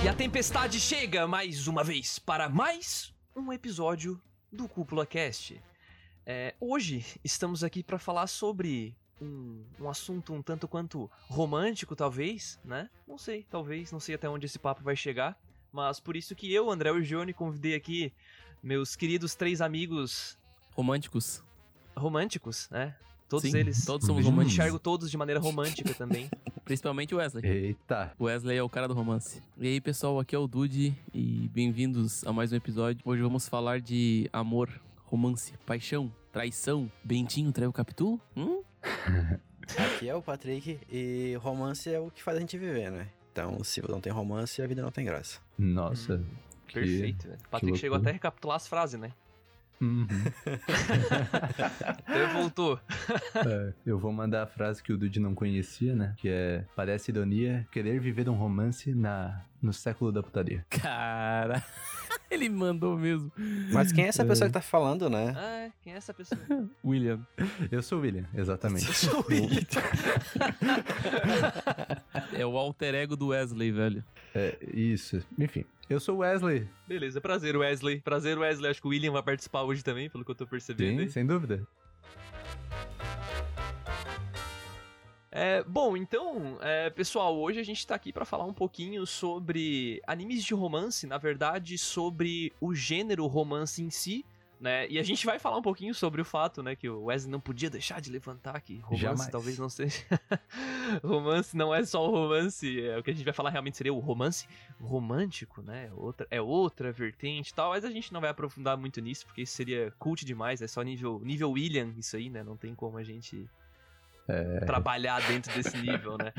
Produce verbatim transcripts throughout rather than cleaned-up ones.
E a tempestade chega mais uma vez para mais um episódio do Cúpula Cast. É, hoje estamos aqui para falar sobre um, um assunto um tanto quanto romântico, talvez, né? Não sei, talvez, não sei até onde esse papo vai chegar. Mas por isso que eu, André Urgione, convidei aqui meus queridos três amigos... Românticos. Românticos, né? Todos Sim, eles. todos somos Eu românticos. enxergo todos de maneira romântica também. Principalmente o Wesley. Eita. O Wesley é o cara do romance. E aí, pessoal, aqui é o Dude e bem-vindos a mais um episódio. Hoje vamos falar de amor, romance, paixão, traição. Bentinho traiu o Capitu? Hum? Aqui é o Patrick e romance é o que faz a gente viver, né? Então, se não tem romance, a vida não tem graça. Nossa. Hum, que, perfeito. O Patrick chegou até a recapitular as frases, né? Uhum. Então voltou. É, eu vou mandar a frase que o Dude não conhecia, né? Que é: parece ironia querer viver um romance na, no século da putaria. Cara, ele mandou mesmo. Mas quem é essa pessoa que tá falando, né? Ah, quem é essa pessoa? William. Eu sou o William, exatamente. Eu sou o William. É o alter ego do Wesley, velho. É, isso. Enfim, eu sou o Wesley. Beleza, prazer, Wesley. Prazer, Wesley. Acho que o William vai participar hoje também, pelo que eu tô percebendo. Sim, Hein? sem dúvida. É, bom, então, é, pessoal, hoje a gente tá aqui pra falar um pouquinho sobre animes de romance, na verdade, sobre o gênero romance em si, né? E a gente vai falar um pouquinho sobre o fato, né, que o Wesley não podia deixar de levantar que romance Jamais. talvez não seja... romance não é só o romance, é, o que a gente vai falar realmente seria o romance romântico, né? Outra, é outra vertente e tal, mas a gente não vai aprofundar muito nisso, porque isso seria cult demais, é só nível, nível William isso aí, né? Não tem como a gente... É... trabalhar dentro desse nível, né?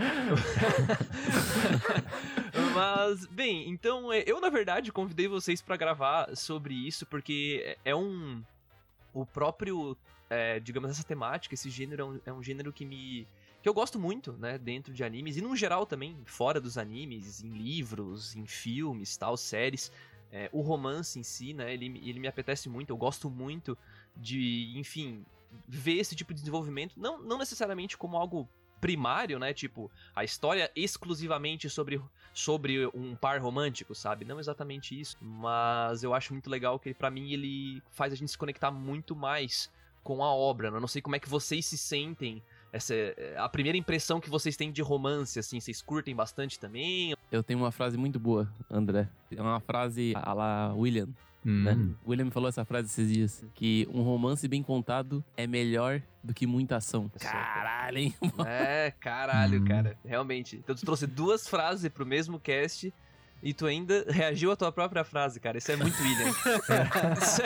Mas, bem, então eu na verdade convidei vocês pra gravar sobre isso porque é um... o próprio, é, digamos, essa temática, esse gênero é um, é um gênero que me... que eu gosto muito, né, dentro de animes e no geral também, fora dos animes, em livros, em filmes, tal, séries. É, o romance em si, né, ele, ele me apetece muito, eu gosto muito de, enfim... ver esse tipo de desenvolvimento, não, não necessariamente como algo primário, né, tipo, a história exclusivamente sobre, sobre um par romântico, sabe, não exatamente isso, mas eu acho muito legal que pra mim ele faz a gente se conectar muito mais com a obra, né? Eu não sei como é que vocês se sentem, essa, a primeira impressão que vocês têm de romance, assim, vocês curtem bastante também? Eu tenho uma frase muito boa, André, é uma frase a la William. Hum. Né? O William me falou essa frase esses dias, que um romance bem contado é melhor do que muita ação. Caralho, hein? É, caralho, Hum. cara. Realmente. Então tu trouxe duas frases pro mesmo cast e tu ainda reagiu à tua própria frase, cara. Isso é muito William. Isso,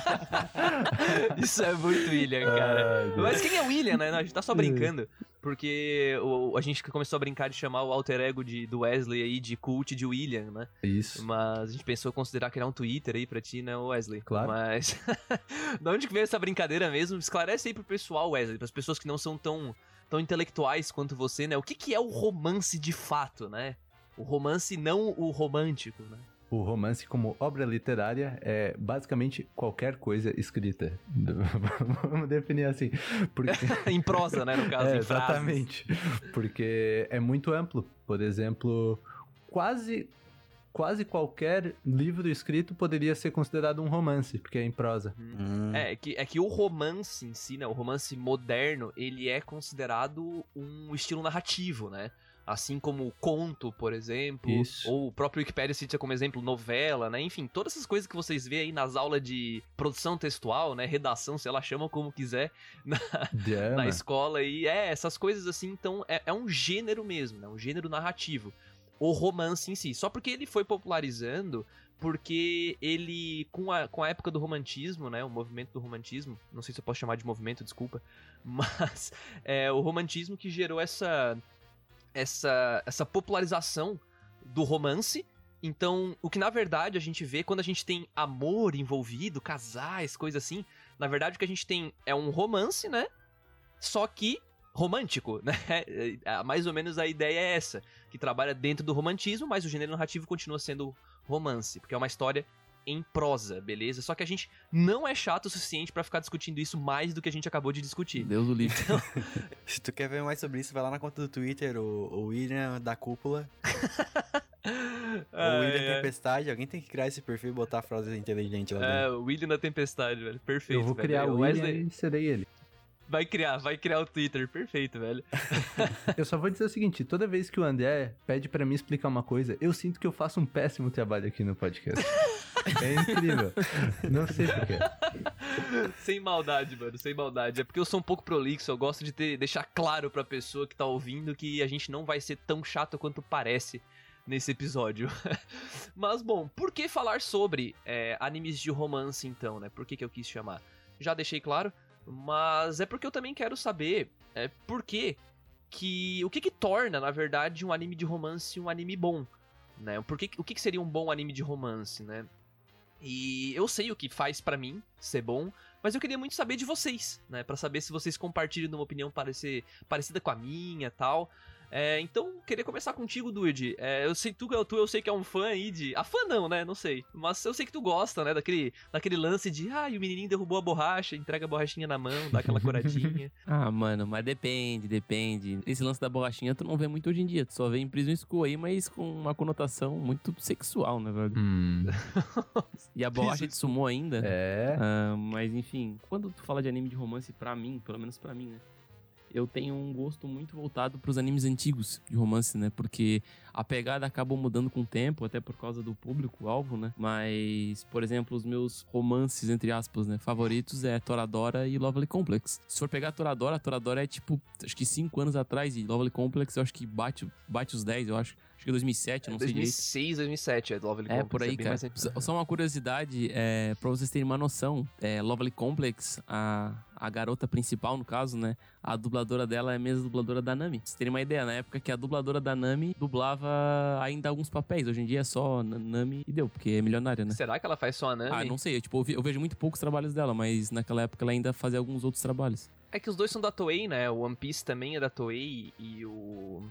é... Isso é muito William, cara. Ai, Mas quem é William, né? Não, a gente tá só brincando. Porque o, a gente começou a brincar de chamar o alter ego de, do Wesley aí de cult de William, né? Isso. Mas a gente pensou em considerar criar um Twitter aí pra ti, né, Wesley? Claro. Mas de onde que veio essa brincadeira mesmo? Esclarece aí pro pessoal, Wesley, pras pessoas que não são tão, tão intelectuais quanto você, né? O que que é o romance de fato, né? O romance não o romântico, né? O romance como obra literária é basicamente qualquer coisa escrita. Vamos definir assim. Porque... em prosa, né, no caso, é, em frases. exatamente. Porque é muito amplo. Por exemplo, quase, quase qualquer livro escrito poderia ser considerado um romance, porque é em prosa. Hum. É, é que, é que o romance em si, né, o romance moderno, ele é considerado um estilo narrativo, né? Assim como o conto, por exemplo, Isso. ou o próprio Wikipedia cita como exemplo novela, né? Enfim, todas essas coisas que vocês vê aí nas aulas de produção textual, né? Redação, sei lá, chamam como quiser, na, na escola. E é, essas coisas assim, então, é, é um gênero mesmo, né? Um gênero narrativo. O romance em si. Só porque ele foi popularizando, porque ele, com a, com a época do romantismo, né? O movimento do romantismo, não sei se eu posso chamar de movimento, desculpa, mas é o romantismo que gerou essa... Essa, essa popularização do romance. Então, o que na verdade a gente vê quando a gente tem amor envolvido, casais, coisa assim, na verdade o que a gente tem é um romance, né? Só que romântico, né? Mais ou menos a ideia é essa, que trabalha dentro do romantismo, mas o gênero narrativo continua sendo romance, porque é uma história em prosa, beleza? Só que a gente não é chato o suficiente pra ficar discutindo isso mais do que a gente acabou de discutir. Deus o livre. Então, Se tu quer ver mais sobre isso, vai lá na conta do Twitter, o, o William da Cúpula. o William é, Tempestade. Alguém tem que criar esse perfil e botar a frase inteligente lá é, dentro. o William da Tempestade, velho. Perfeito, Eu vou velho. criar o Wesley William e serei ele. vai criar, vai criar o Twitter. Perfeito, velho. Eu só vou dizer o seguinte, toda vez que o André pede pra mim explicar uma coisa, eu sinto que eu faço um péssimo trabalho aqui no podcast. É incrível. Não sei porquê. Sem maldade, mano, sem maldade. É porque eu sou um pouco prolixo, eu gosto de ter, deixar claro pra pessoa que tá ouvindo que a gente não vai ser tão chato quanto parece nesse episódio. Mas, bom, por que falar sobre é, animes de romance, então, né? Por que que eu quis chamar? Já deixei claro, mas é porque eu também quero saber é, por que que... O que que torna, na verdade, um anime de romance um anime bom, né? Por que, o que que seria um bom anime de romance, né? E eu sei o que faz pra mim ser bom, mas eu queria muito saber de vocês, né? Pra saber se vocês compartilham de uma opinião parecer, parecida com a minha e tal. É, então, queria começar contigo, Dude. É, eu sei tu, tu, eu sei que é um fã aí de... Ah, fã não, né? Não sei. Mas eu sei que tu gosta, né? Daquele, daquele lance de... Ah, e o menininho derrubou a borracha, entrega a borrachinha na mão, dá aquela coradinha. Ah, mano, mas depende, depende. Esse lance da borrachinha tu não vê muito hoje em dia. Tu só vê em Prison School aí, mas com uma conotação muito sexual, né, velho? Hum, E a borracha de sumô ainda. é... Ah, mas enfim, quando tu fala de anime de romance, pra mim, pelo menos pra mim, né? Eu tenho um gosto muito voltado pros animes antigos de romance, né? Porque a pegada acabou mudando com o tempo, até por causa do público-alvo, né? Mas, por exemplo, os meus romances, entre aspas, né? Favoritos é Toradora e Lovely Complex. Se for pegar Toradora, Toradora é tipo, acho que cinco anos atrás, e Lovely Complex eu acho que bate, bate os dez, eu acho. Acho que é dois mil e sete, eu não sei direito. dois mil e seis, dois mil e sete, é Lovely É, Complex. por aí, bem cara. mais antigo. Só só uma curiosidade, é, pra vocês terem uma noção, é, Lovely Complex, a, a garota principal, no caso, né? A dubladora dela é a mesma dubladora da Nami. Pra vocês terem uma ideia, na época que a dubladora da Nami dublava ainda alguns papéis. Hoje em dia é só N- Nami e deu, porque é milionária, né? Será que ela faz só a Nami? Ah, não sei, eu, tipo, eu, ve- eu vejo muito poucos trabalhos dela, mas naquela época ela ainda fazia alguns outros trabalhos. É que os dois são da Toei, né? O One Piece também é da Toei e o...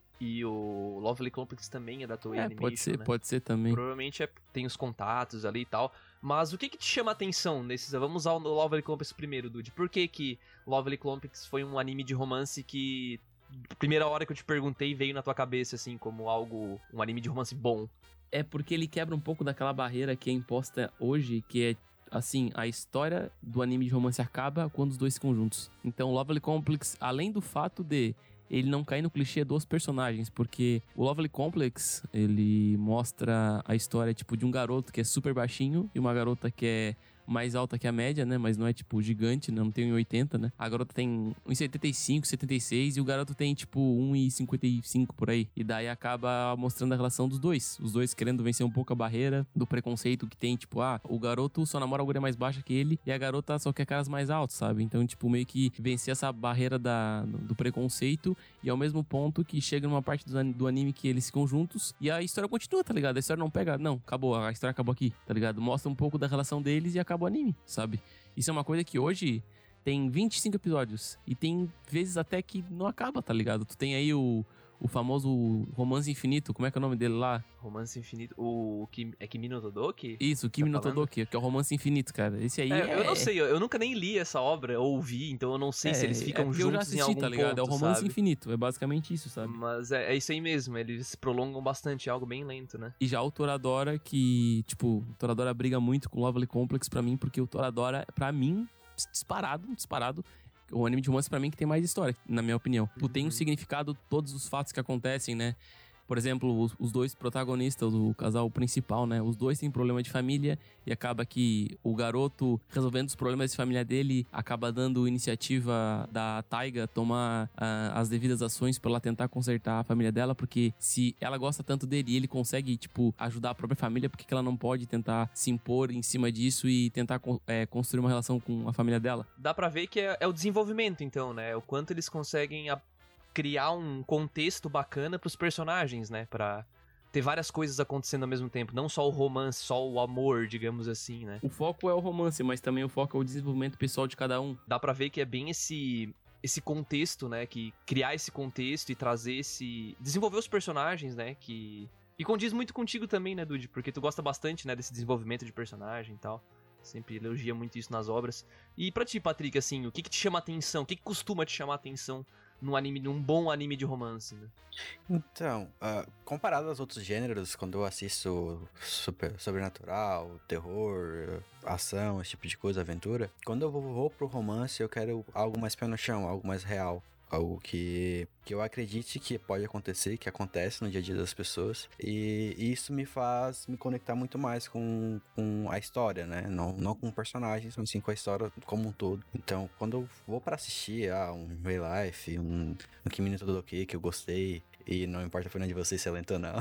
E o Lovely Complex também é da Toei É, Animation, pode ser, né? pode ser também. Provavelmente é, tem os contatos ali e tal. Mas o que que te chama a atenção nesses... Vamos usar o Lovely Complex primeiro, Dude. Por que que Lovely Complex foi um anime de romance que... Primeira hora que eu te perguntei veio na tua cabeça, assim, como algo... Um anime de romance bom. É porque ele quebra um pouco daquela barreira que é imposta hoje, que é, assim, a história do anime de romance acaba quando os dois ficam juntos. Então, Lovely Complex, além do fato de ele não cair no clichê dos personagens, porque o Lovely Complex, ele mostra a história, tipo, de um garoto que é super baixinho e uma garota que é mais alta que a média, né? Mas não é, tipo, gigante, né? Não tem um e oitenta, né? A garota tem um e setenta e cinco, setenta e seis e o garoto tem, tipo, um e cinquenta e cinco por aí. E daí acaba mostrando a relação dos dois. Os dois querendo vencer um pouco a barreira do preconceito que tem, tipo, ah, o garoto só namora a guria mais baixa que ele e a garota só quer caras mais altos, sabe? Então, tipo, meio que vencer essa barreira da, do preconceito e ao mesmo ponto que chega numa parte do, do anime que eles ficam juntos e a história continua, tá ligado? A história não pega, não, acabou, a história acabou aqui, tá ligado? Mostra um pouco da relação deles e acaba o anime, sabe? Isso é uma coisa que hoje tem vinte e cinco episódios e tem vezes até que não acaba, tá ligado? Tu tem aí o, o famoso Romance Infinito, como é que é o nome dele lá? Romance Infinito. O Kim, é Kimi no Todoki? Isso, Kimi no falando? Todoki, que é o Romance Infinito, cara. Esse aí É, é... eu não sei, eu, eu nunca nem li essa obra, ou ouvi, então eu não sei se eles ficam é porque juntos eu já assisti, em algum tá ligado? ponto, É o Romance sabe? Infinito, é basicamente isso, sabe? Mas é, é isso aí mesmo, eles se prolongam bastante, é algo bem lento, né? E já o Toradora, que, tipo, o Toradora briga muito com o Lovely Complex pra mim, porque o Toradora, pra mim, disparado, disparado, o anime de romance pra mim que tem mais história, na minha opinião. Tipo, tem um Uhum. significado todos os fatos que acontecem, né? Por exemplo, os, os dois protagonistas, o casal principal, né? Os dois têm problema de família e acaba que o garoto, resolvendo os problemas de família dele, acaba dando iniciativa da Taiga tomar ah, as devidas ações pra ela tentar consertar a família dela, porque se ela gosta tanto dele e ele consegue, tipo, ajudar a própria família, por que que ela não pode tentar se impor em cima disso e tentar con- é, construir uma relação com a família dela? Dá pra ver que é, é o desenvolvimento, então, né? O quanto eles conseguem a- criar um contexto bacana pros personagens, né? Pra ter várias coisas acontecendo ao mesmo tempo, não só o romance, só o amor, digamos assim, né? O foco é o romance, mas também o foco é o desenvolvimento pessoal de cada um. Dá pra ver que é bem esse esse contexto, né, que criar esse contexto e trazer esse desenvolver os personagens, né, que E condiz muito contigo também, né, Dude? Porque tu gosta bastante, né, desse desenvolvimento de personagem e tal. Sempre elogia muito isso nas obras. E pra ti, Patrick, assim, o que que te chama a atenção? O que que costuma te chamar a atenção num anime, num bom anime de romance, né? Então, uh, comparado aos outros gêneros, quando eu assisto super, sobrenatural, terror, ação, esse tipo de coisa, aventura, quando eu vou, vou pro romance, eu quero algo mais pé no chão, algo mais real. Algo que, que eu acredite que pode acontecer, que acontece no dia a dia das pessoas. E isso me faz me conectar muito mais com, com a história, né? Não, não com personagens, mas sim com a história como um todo. Então, quando eu vou pra assistir ah, um Real Life, um, um Kimi no Todoke, que eu gostei, e não importa por onde você se alenta ou não.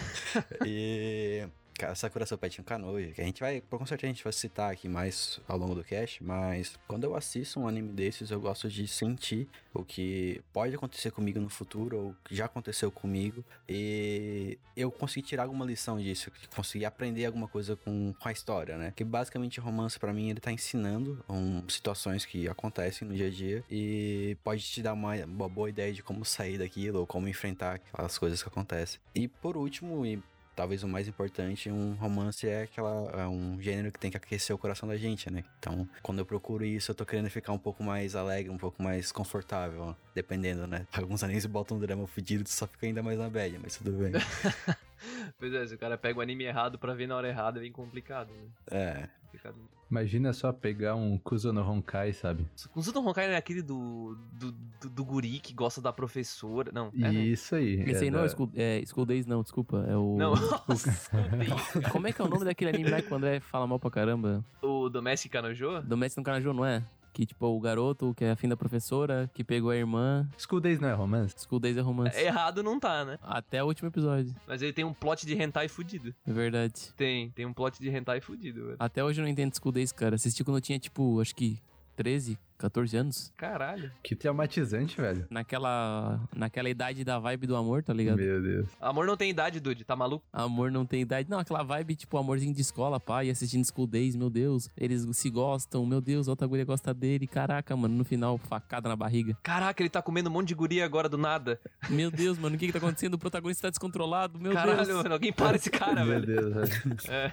e... Sakura Seu Pet no Kanojo, que a gente vai, com certeza a gente vai citar aqui mais ao longo do cast, mas quando eu assisto um anime desses, eu gosto de sentir o que pode acontecer comigo no futuro, ou que já aconteceu comigo, e eu consegui tirar alguma lição disso, consegui aprender alguma coisa com, com a história, né? Que basicamente o romance, pra mim, ele tá ensinando um, situações que acontecem no dia a dia, e pode te dar uma, uma boa ideia de como sair daquilo, ou como enfrentar aquelas coisas que acontecem. E por último, e talvez o mais importante, um romance é aquela é um gênero que tem que aquecer o coração da gente, né? Então, quando eu procuro isso, eu tô querendo ficar um pouco mais alegre, um pouco mais confortável, ó, dependendo, né? Alguns animes botam um drama fudido, tu só fica ainda mais na bad, mas tudo bem. Pois é, se o cara pega o anime errado pra ver na hora errada, é bem complicado, né? É. Complicado. Imagina só pegar um Kuzo no Honkai, sabe? O Zuto Honkai é aquele do, do, do, do guri que gosta da professora. Não, é, né? Isso aí. Esse aí é não é da- o School, é, School Days, não, desculpa. É o. Não, nossa, desculpem. Como é que é o nome daquele anime lá que o André fala mal pra caramba? O Domestic Kanojo? Doméstica no Kanajo, não é? Que, tipo, o garoto que é afim da professora, que pegou a irmã. School Days não é romance? School Days é romance. Errado não tá, né? Até o último episódio. Mas ele tem um plot de hentai fudido. É verdade. Tem, tem um plot de hentai fudido, velho. Até hoje eu não entendo School Days, cara. Assisti quando eu tinha, tipo, acho que treze, catorze anos. Caralho. Que traumatizante, velho. Naquela, naquela idade da vibe do amor, tá ligado? Meu Deus. Amor não tem idade, Dude, tá maluco? Amor não tem idade. Não, aquela vibe, tipo, amorzinho de escola, pai, assistindo School Days, meu Deus. Eles se gostam, meu Deus, a outra guria gosta dele. Caraca, mano, no final, facada na barriga. Caraca, ele tá comendo um monte de guria agora do nada. Meu Deus, mano, o que que tá acontecendo? O protagonista tá descontrolado, meu Caralho, Deus. mano, alguém para esse cara, Meu velho. Deus, velho. É.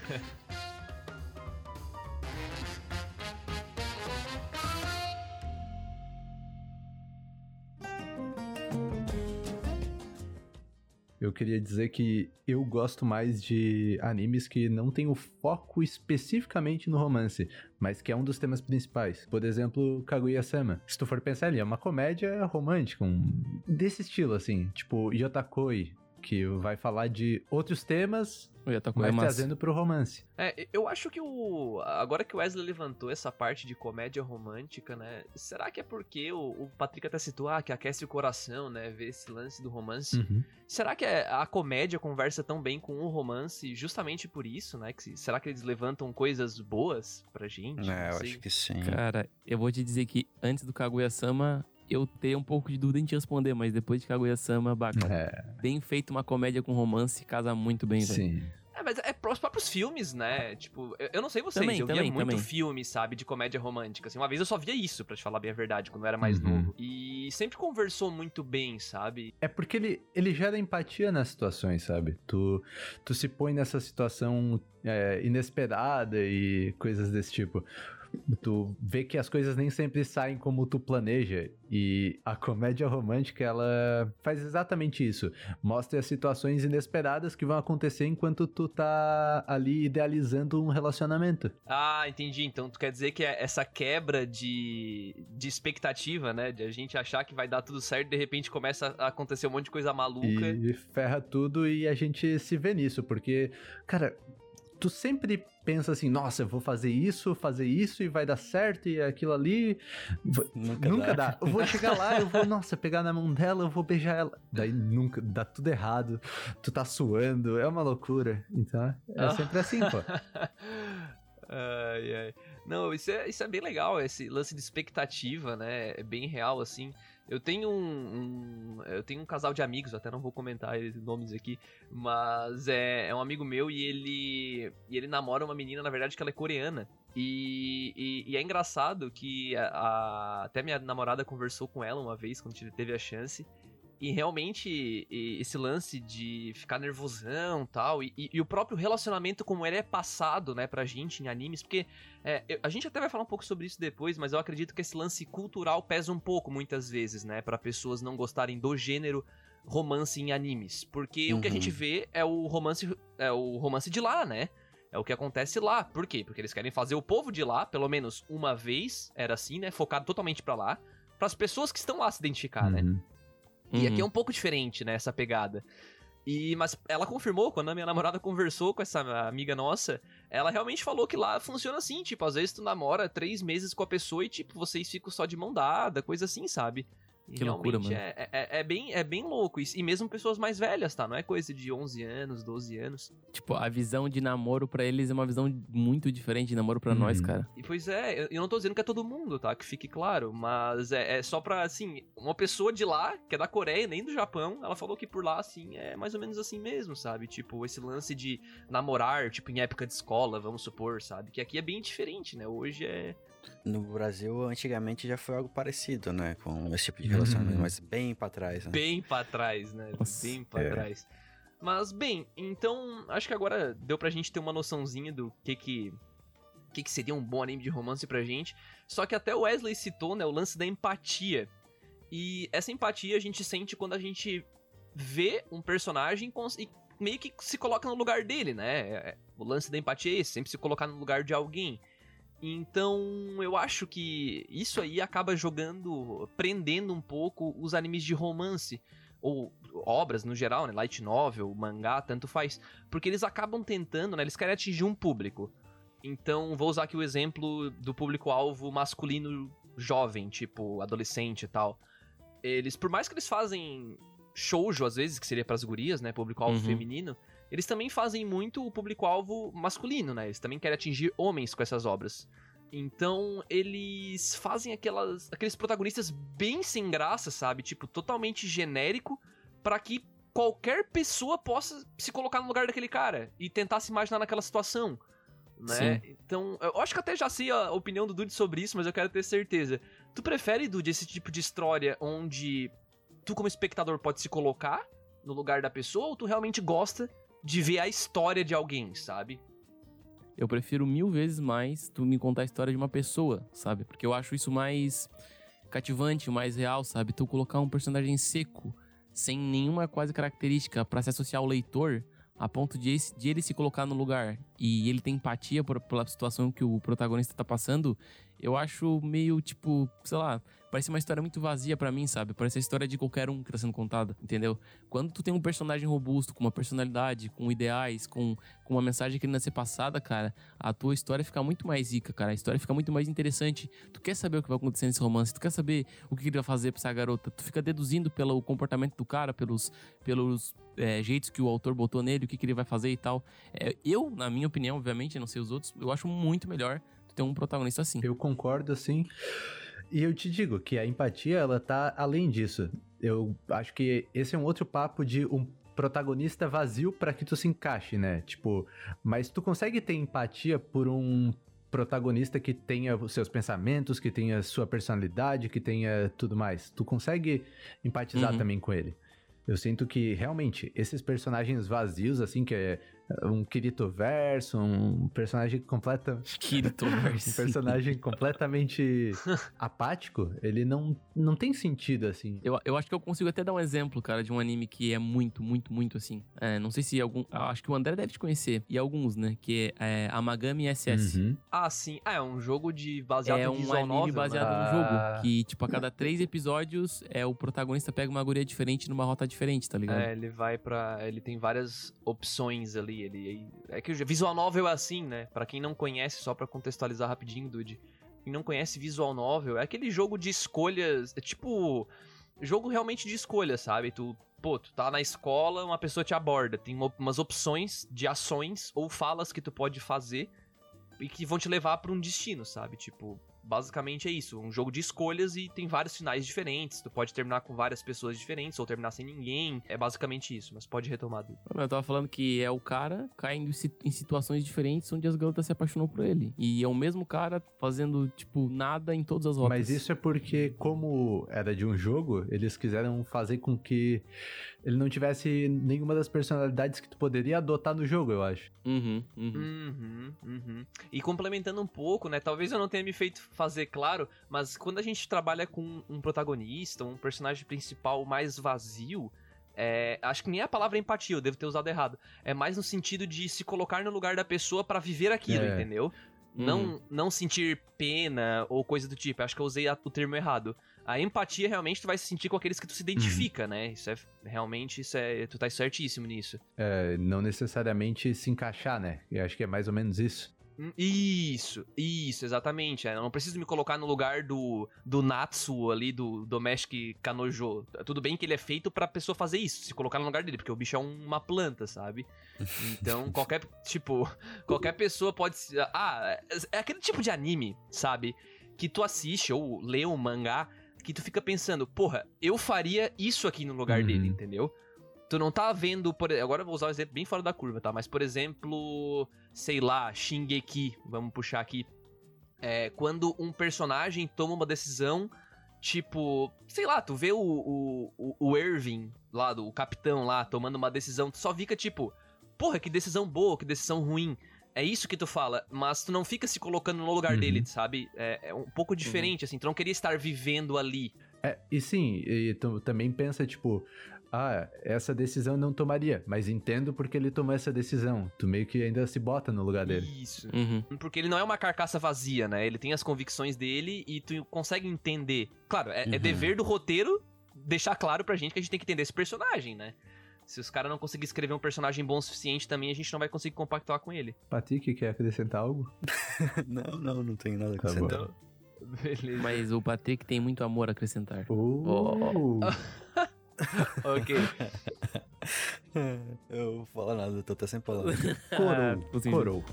Eu queria dizer que eu gosto mais de animes que não tem o foco especificamente no romance, mas que é um dos temas principais. Por exemplo, Kaguya-sama. Se tu for pensar, ele é uma comédia romântica, um... desse estilo, assim. Tipo, Yotakoi, que vai falar de outros temas, O Yatakoi é mas massa. trazendo pro romance. É, eu acho que o. Agora que o Wesley levantou essa parte de comédia romântica, né? Será que é porque o, o Patrick até citou, ah, que aquece o coração, né? Ver esse lance do romance. Uhum. Será que é- a comédia conversa tão bem com o romance justamente por isso, né? Que, se- será que eles levantam coisas boas pra gente? É, Não eu sei. acho que sim. Cara, eu vou te dizer que antes do Kaguya-sama, eu tenho um pouco de dúvida em te responder, mas depois de Kaguya-sama, baca, É, bem feito uma comédia com romance, casa muito bem, velho. sim. É, mas é pros próprios filmes, né? Tipo, eu, eu não sei vocês, Também, eu também, via muito também. filme, sabe, de comédia romântica. Assim, uma vez eu só via isso, pra te falar bem a verdade, quando eu era mais Uhum. novo. E sempre conversou muito bem, sabe? É porque ele, ele gera empatia nas situações, sabe? Tu, tu se põe nessa situação é, inesperada e coisas desse tipo. Tu vê que as coisas nem sempre saem como tu planeja. E a comédia romântica, ela faz exatamente isso. Mostra as situações inesperadas que vão acontecer enquanto tu tá ali idealizando um relacionamento. Ah, entendi. Então tu quer dizer que é essa quebra de, de expectativa, né? De a gente achar que vai dar tudo certo, de repente começa a acontecer um monte de coisa maluca. E ferra tudo e a gente se vê nisso, porque, cara, tu sempre pensa assim, nossa, eu vou fazer isso, fazer isso e vai dar certo e aquilo ali. v- Nunca Nunca dá. dá. Eu vou chegar lá, eu vou, nossa, pegar na mão dela, eu vou beijar ela. Daí nunca, dá tudo errado. Tu tá suando, é uma loucura. Então, é Ah. sempre assim, pô. Ai, ai. Não, isso é, isso é bem legal, esse lance de expectativa, né? É bem real, assim. Eu tenho um, um- eu tenho um casal de amigos, até não vou comentar os nomes aqui, mas é, é um amigo meu e ele, e ele namora uma menina, na verdade, que ela é coreana. E, e- e é engraçado que a- a- até minha namorada conversou com ela uma vez, quando teve a chance. E realmente, e, esse lance de ficar nervosão tal, e, e, e o próprio relacionamento como ele é passado, né, pra gente em animes, porque é, eu, a gente até vai falar um pouco sobre isso depois, mas eu acredito que esse lance cultural pesa um pouco muitas vezes, né, pra pessoas não gostarem do gênero romance em animes. Porque Uhum. o que a gente vê é o romance, é o romance de lá, né? É o que acontece lá. Por quê? Porque eles querem fazer o povo de lá, pelo menos uma vez, era assim, né, focado totalmente pra lá, pras pessoas que estão lá se identificar, né? Uhum. E aqui é Uhum. um pouco diferente, né, essa pegada. E, mas ela confirmou, quando a minha namorada conversou com essa amiga nossa, ela realmente falou que lá funciona assim, tipo, às vezes tu namora três meses com a pessoa e, tipo, vocês ficam só de mão dada, coisa assim, sabe? E Que loucura, realmente mano. É, é, é bem, é bem louco isso. E mesmo pessoas mais velhas, tá? Não é coisa de onze anos, doze anos. Tipo, a visão de namoro pra eles é uma visão muito diferente de namoro pra Uhum. nós, cara. E pois é, eu- eu não tô dizendo que é todo mundo, tá? Que fique claro, mas é, é só pra, assim, uma pessoa de lá, que é da Coreia, nem do Japão, ela falou que por lá, assim, é mais ou menos assim mesmo, sabe? Tipo, esse lance de namorar, tipo, em época de escola, vamos supor, sabe? Que aqui é bem diferente, né? Hoje é... No Brasil, antigamente já foi algo parecido, né? Com esse tipo de Uhum. relacionamento, mas bem pra trás, né? bem pra trás, né? Nossa, bem pra é. trás. Mas, bem, então, acho que agora deu pra gente ter uma noçãozinha do que que... O que, que seria um bom anime de romance pra gente. Só que até o Wesley citou, né, o lance da empatia. E essa empatia a gente sente quando a gente vê um personagem cons- e meio que se coloca no lugar dele, né? É- O lance da empatia é esse, sempre se colocar no lugar de alguém. Então, eu acho que isso aí acaba jogando, prendendo um pouco os animes de romance. Ou obras no geral, né? Light novel, mangá, tanto faz. Porque eles acabam tentando, né? Eles querem atingir um público. Então, vou usar aqui o exemplo do público-alvo masculino jovem, tipo, adolescente e tal. Eles, por mais que eles fazem shoujo, às vezes, que seria pras gurias, né, público-alvo Uhum. feminino, eles também fazem muito o público-alvo masculino, né, eles também querem atingir homens com essas obras. Então, eles fazem aquelas, aqueles protagonistas bem sem graça, sabe, tipo, totalmente genérico, pra que qualquer pessoa possa se colocar no lugar daquele cara e tentar se imaginar naquela situação. Né? Sim. Então, eu acho que até já sei a opinião do Dude sobre isso, mas eu quero ter certeza. Tu prefere, Dude, esse tipo de história onde tu, como espectador, pode se colocar no lugar da pessoa, ou tu realmente gosta de ver a história de alguém, sabe? Eu prefiro mil vezes mais tu me contar a história de uma pessoa, sabe? Porque eu acho isso mais cativante, mais real, sabe? Tu colocar um personagem seco, sem nenhuma quase característica pra se associar ao leitor, a ponto de, esse, de ele se colocar no lugar e ele ter empatia por, pela situação que o protagonista tá passando, eu acho meio, tipo, sei lá, parece uma história muito vazia pra mim, sabe? Parece a história de qualquer um que tá sendo contada, entendeu? Quando tu tem um personagem robusto, com uma personalidade, com ideais, com, com uma mensagem querendo ser passada, cara, a tua história fica muito mais rica, cara. A história fica muito mais interessante. Tu quer saber o que vai acontecer nesse romance, tu quer saber o que ele vai fazer pra essa garota, tu fica deduzindo pelo comportamento do cara, pelos, pelos é, jeitos que o autor botou nele, o que, que ele vai fazer e tal. É, eu, na minha opinião, obviamente, não sei os outros, eu acho muito melhor tu ter um protagonista assim. Eu concordo, assim. E eu te digo que a empatia, ela tá além disso. Eu acho que esse é um outro papo de um protagonista vazio pra que tu se encaixe, né? Tipo, mas tu consegue ter empatia por um protagonista que tenha os seus pensamentos, que tenha sua personalidade, que tenha tudo mais. Tu consegue empatizar Uhum. também com ele. Eu sinto que, realmente, esses personagens vazios, assim, que é um Kirito verso, um personagem completa... Kirito um verso. personagem completamente apático, ele não, não tem sentido, assim. Eu, eu acho que eu consigo até dar um exemplo, cara, de um anime que é muito, muito, muito assim. É, não sei se algum... eu acho que o André deve te conhecer. E alguns, né? Que é, é Amagami S S. Uhum. Ah, sim. Ah, é um jogo de baseado É em um visual anime novel, baseado né? no Ah. jogo. Que, tipo, a cada três episódios, é o protagonista pega uma guria diferente numa rota diferente, tá ligado? É, ele vai pra... Ele tem várias opções ali. Ele, é que o visual novel é assim, né? Pra quem não conhece, só pra contextualizar rapidinho, Dude. Quem não conhece visual novel, é aquele jogo de escolhas... É tipo... Jogo realmente de escolha, sabe? Tu... Pô, tu tá na escola, uma pessoa te aborda. Tem uma- umas opções de ações ou falas que tu pode fazer e que vão te levar pra um destino, sabe? Tipo... basicamente é isso, um jogo de escolhas e tem vários finais diferentes, tu pode terminar com várias pessoas diferentes ou terminar sem ninguém, é basicamente isso, mas pode retomar. Eu tava falando que é o cara caindo em situações diferentes onde as garotas se apaixonam por ele, e é o mesmo cara fazendo, tipo, nada em todas as rotas. Mas isso é porque, como era de um jogo, eles quiseram fazer com que ele não tivesse nenhuma das personalidades que tu poderia adotar no jogo, eu acho. Uhum, uhum. Uhum, uhum. E complementando um pouco, né, talvez eu não tenha me feito fazer claro, mas quando a gente trabalha com um protagonista, um personagem principal mais vazio, é, acho que nem a palavra empatia, eu devo ter usado errado, é mais no sentido de se colocar no lugar da pessoa pra viver aquilo, É. entendeu? Uhum. Não, não sentir pena ou coisa do tipo, acho que eu usei a- o termo errado. A empatia realmente tu vai se sentir com aqueles que tu se identifica, né? Isso é, realmente, isso é, tu tá certíssimo nisso. É, não necessariamente se encaixar, né? Eu acho que é mais ou menos isso. Hum, Isso, isso, exatamente. é, Eu não preciso me colocar no lugar do, do Natsu ali, do Domestic Kanojo. Tudo bem que ele é feito pra pessoa fazer isso, se colocar no lugar dele, porque o bicho é um- uma planta, sabe? Então, qualquer, tipo, qualquer pessoa pode... se- Ah, é aquele tipo de anime, sabe? Que tu assiste ou lê um mangá, que tu fica pensando, porra, eu faria isso aqui no lugar Uhum. dele, entendeu? Tu não tá vendo, por, agora eu vou usar um exemplo bem fora da curva, tá? Mas, por exemplo, sei lá, Shingeki, vamos puxar aqui. É, quando um personagem toma uma decisão, tipo, sei lá, tu vê o, o, o- o Irving lá, do, o capitão lá, tomando uma decisão, tu só fica tipo, porra, que decisão boa, que decisão ruim. É isso que tu fala, mas tu não fica se colocando no lugar Uhum. dele, sabe? É, é um pouco diferente, assim, tu não queria estar vivendo ali. É, e sim, e tu também pensa, tipo, ah, essa decisão eu não tomaria, mas entendo porque ele tomou essa decisão. Tu meio que ainda se bota no lugar dele. Isso. Uhum. Porque ele não é uma carcaça vazia, né? Ele tem as convicções dele e tu consegue entender. Claro, é, é Uhum. dever do roteiro deixar claro pra gente que a gente tem que entender esse personagem, né? Se os caras não conseguirem escrever um personagem bom o suficiente também, a gente não vai conseguir compactuar com ele. Patrick, quer acrescentar algo? Não, não, não tenho nada a Tá acrescentar. bom. Beleza. Mas o Patrick tem muito amor a acrescentar. Uh, Ok. Eu vou falar nada, eu tô até sem palavras. Corou, possível. corou.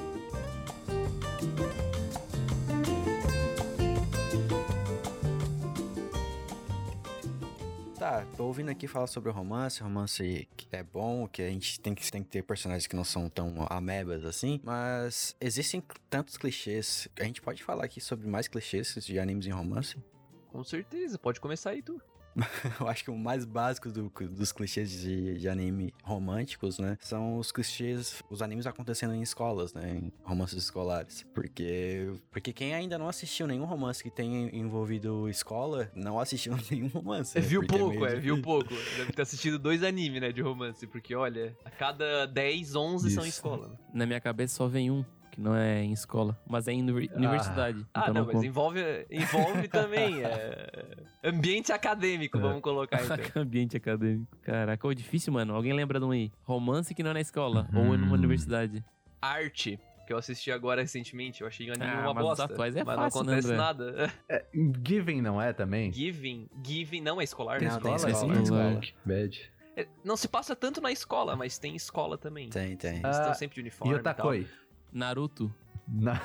Tá, tô ouvindo aqui falar sobre o romance, romance que é bom, que a gente tem que, tem que ter personagens que não são tão amebas assim, mas existem tantos clichês. A gente pode falar aqui sobre mais clichês de animes em romance? Com certeza, pode começar aí tu. Eu acho que o mais básico do- dos clichês de, de anime românticos, né? São os clichês, os animes acontecendo em escolas, né? Em romances escolares. Porque, porque quem ainda não assistiu nenhum romance que tenha envolvido escola, não assistiu nenhum romance. É, né? viu Porque pouco, meio é, viu difícil. pouco. Deve ter assistido dois animes, né, de romance, porque olha, a cada dez, onze são em Isso. escola. Né? Na minha cabeça só vem um, que não é em escola, mas é em uni- universidade. Ah, então não, não mas conta. envolve, envolve também é, ambiente acadêmico, vamos colocar então. Ambiente acadêmico. Caraca, ô, difícil, mano. Alguém lembra de um aí? Romance que não é na escola, Uhum. ou numa universidade. Arte, que eu assisti agora recentemente, eu achei o anime Ah, uma mas os bosta. atuais é mas fácil, não né, acontece André? nada. Given não é também? Giving, Giving não é escolar, Não, né? tem Escola? escola, Sim, tem escola. escola. Bad. É, não se passa tanto na escola, mas tem escola também. Tem, tem. Eles Ah, estão sempre de uniforme E o Takoi? Naruto. Na...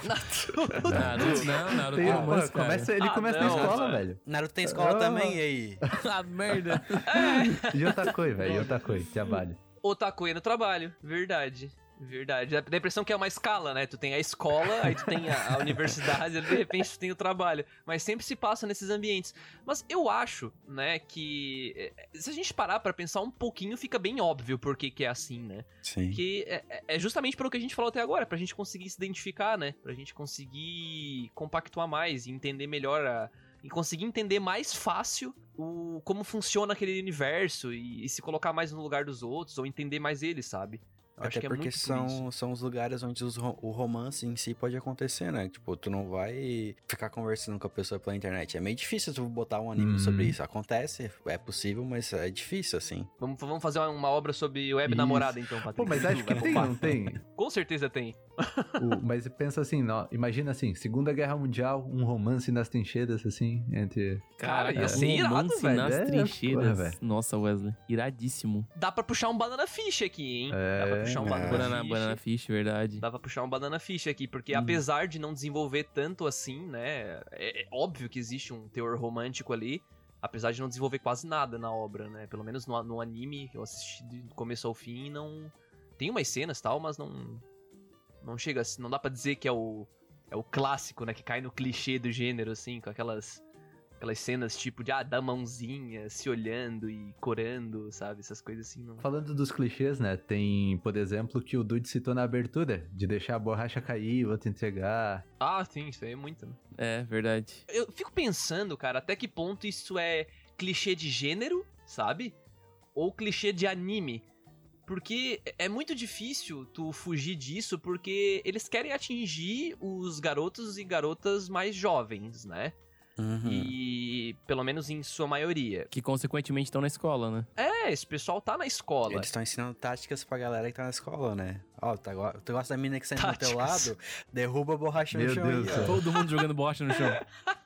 Naruto, não, Naruto Tem, é pô, romance, cara. começa, ele Ah, começa não, na escola, mano. velho. Naruto tem escola Ah. também, e aí? Ah, merda. E o Takoi, velho, e o Takoi, trabalho. O Takoi é no trabalho, verdade. Verdade. Dá a impressão que é uma escala, né? Tu tem a escola, aí tu tem a, a universidade, e de repente tu tem o trabalho. Mas sempre se passa nesses ambientes. Mas eu acho, né, que eh, se a gente parar pra pensar um pouquinho, fica bem óbvio por que que é assim, né? Sim. Que é, é justamente pelo que a gente falou até agora, pra gente conseguir se identificar, né? Pra gente conseguir compactuar mais e entender melhor a... E conseguir entender mais fácil o, como funciona aquele universo e, e se colocar mais no lugar dos outros ou entender mais eles, sabe? Eu acho Até que é porque muito por isso. são, são os lugares onde os ro- o romance em si pode acontecer, né? Tipo, tu não vai ficar conversando com a pessoa pela internet. É meio difícil tu botar um anime Uhum. sobre isso. Acontece, é possível, mas é difícil, assim. Vamos, vamos fazer uma obra sobre web Isso. namorada, então, Patrick. Pô, mas acho que Vai tem, bombar. não tem? Com certeza tem. O- mas pensa assim, ó, imagina assim, Segunda Guerra Mundial, um romance nas trincheiras, assim, entre... Cara, ia um ser irado, romance velho. nas É, trincheiras. porra, velho. Nossa, Wesley. Iradíssimo. Dá pra puxar um Banana Fish aqui, hein? É, Dá pra puxar um é. Banana Banana, Fish. banana Fish, verdade. Dá pra puxar um Banana Fish aqui, porque Hum. apesar de não desenvolver tanto assim, né? É, é óbvio que existe um teor romântico ali, apesar de não desenvolver quase nada na obra, né? Pelo menos no, no anime que eu assisti do começo ao fim, não. Tem umas cenas e tal, mas não. Não chega assim. Não dá pra dizer que é o. É o clássico, né? Que cai no clichê do gênero, assim, com aquelas. Aquelas cenas tipo de, ah, da mãozinha, se olhando e corando, sabe? Essas coisas assim. Não... Falando dos clichês, né, tem, por exemplo, que o Dude citou na abertura, de deixar a borracha cair, o outro entregar. Ah, sim, isso aí é muito, né? É, verdade. Eu fico pensando, cara, até que ponto isso é clichê de gênero, sabe? Ou clichê de anime. Porque é muito difícil tu fugir disso, porque eles querem atingir os garotos e garotas mais jovens, né? Uhum. E pelo menos em sua maioria. Que consequentemente estão na escola, né? É, esse pessoal tá na escola. Eles estão ensinando táticas pra galera que tá na escola, né? Ó, tá, go- tu gosta da mina que senta do teu Táticas. lado? Derruba a borracha Meu no chão Deus aí, do ó. céu. Todo mundo jogando borracha no chão.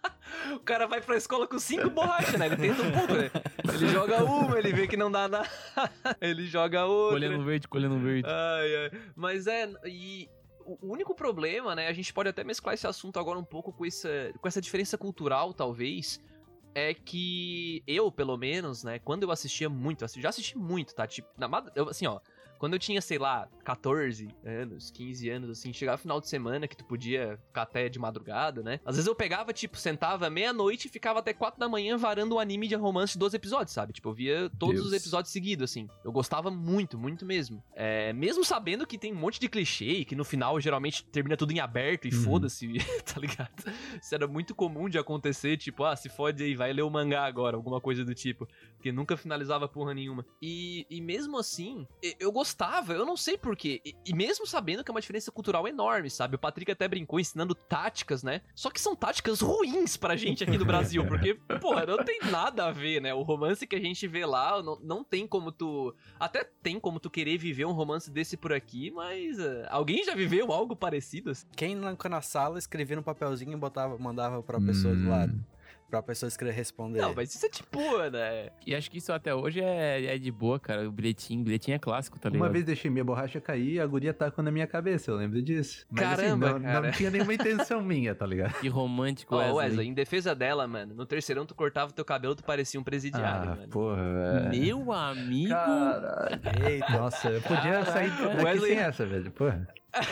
O cara vai pra escola com cinco borrachas, né? Ele tenta um pouco, né? Ele joga uma, ele vê que não dá nada. Ele joga outra. Colhendo verde, colhendo verde. Ai, ai. Mas é, e o único problema, né, a gente pode até mesclar esse assunto agora um pouco com essa, com essa diferença cultural, talvez, é que eu, pelo menos, né, quando eu assistia muito, eu já assisti muito, tá? Tipo, na, mad- eu, assim, ó, quando eu tinha, sei lá, catorze anos, quinze anos, assim, chegava final de semana que tu podia ficar até de madrugada, né? Às vezes eu pegava, tipo, sentava meia-noite e ficava até quatro da manhã varando um anime de romance de doze episódios, sabe? Tipo, eu via todos Deus. os episódios seguidos, assim. Eu gostava muito, muito mesmo. É, mesmo sabendo que tem um monte de clichê e que no final geralmente termina tudo em aberto e Uhum. foda-se, tá ligado? Isso era muito comum de acontecer, tipo, ah, se fode aí, vai ler o mangá agora, alguma coisa do tipo. Porque nunca finalizava porra nenhuma. E, e mesmo assim, e- eu gostava, eu não sei porquê. E, e mesmo sabendo que é uma diferença cultural enorme, sabe? O Patrick até brincou ensinando táticas, né? Só que são táticas ruins pra gente aqui no Brasil, porque, porra, não tem nada a ver, né? O romance que a gente vê lá, não, não tem como tu... Até tem como tu querer viver um romance desse por aqui, mas... eh, alguém já viveu algo parecido? assim? Quem nunca na sala escrevia no papelzinho e botava, mandava pra pessoa do Hum. lado? Pra pessoa escrever, responder. Não, mas isso é tipo, boa, né? E acho que isso até hoje é, é de boa, cara. O bilhetinho, o bilhetinho é clássico, tá ligado? Uma vez deixei minha borracha cair e a guria tacou na minha cabeça, eu lembro disso. Mas Caramba, assim, não, cara. não tinha nenhuma intenção minha, tá ligado? Que romântico, Ó, Wesley. Wesley, em defesa dela, mano, no terceirão tu cortava teu cabelo, tu parecia um presidiário, Ah, mano. porra, velho. Meu amigo... Caralho. Eita. Nossa, eu podia sair daqui Wesley- sem essa, velho, porra.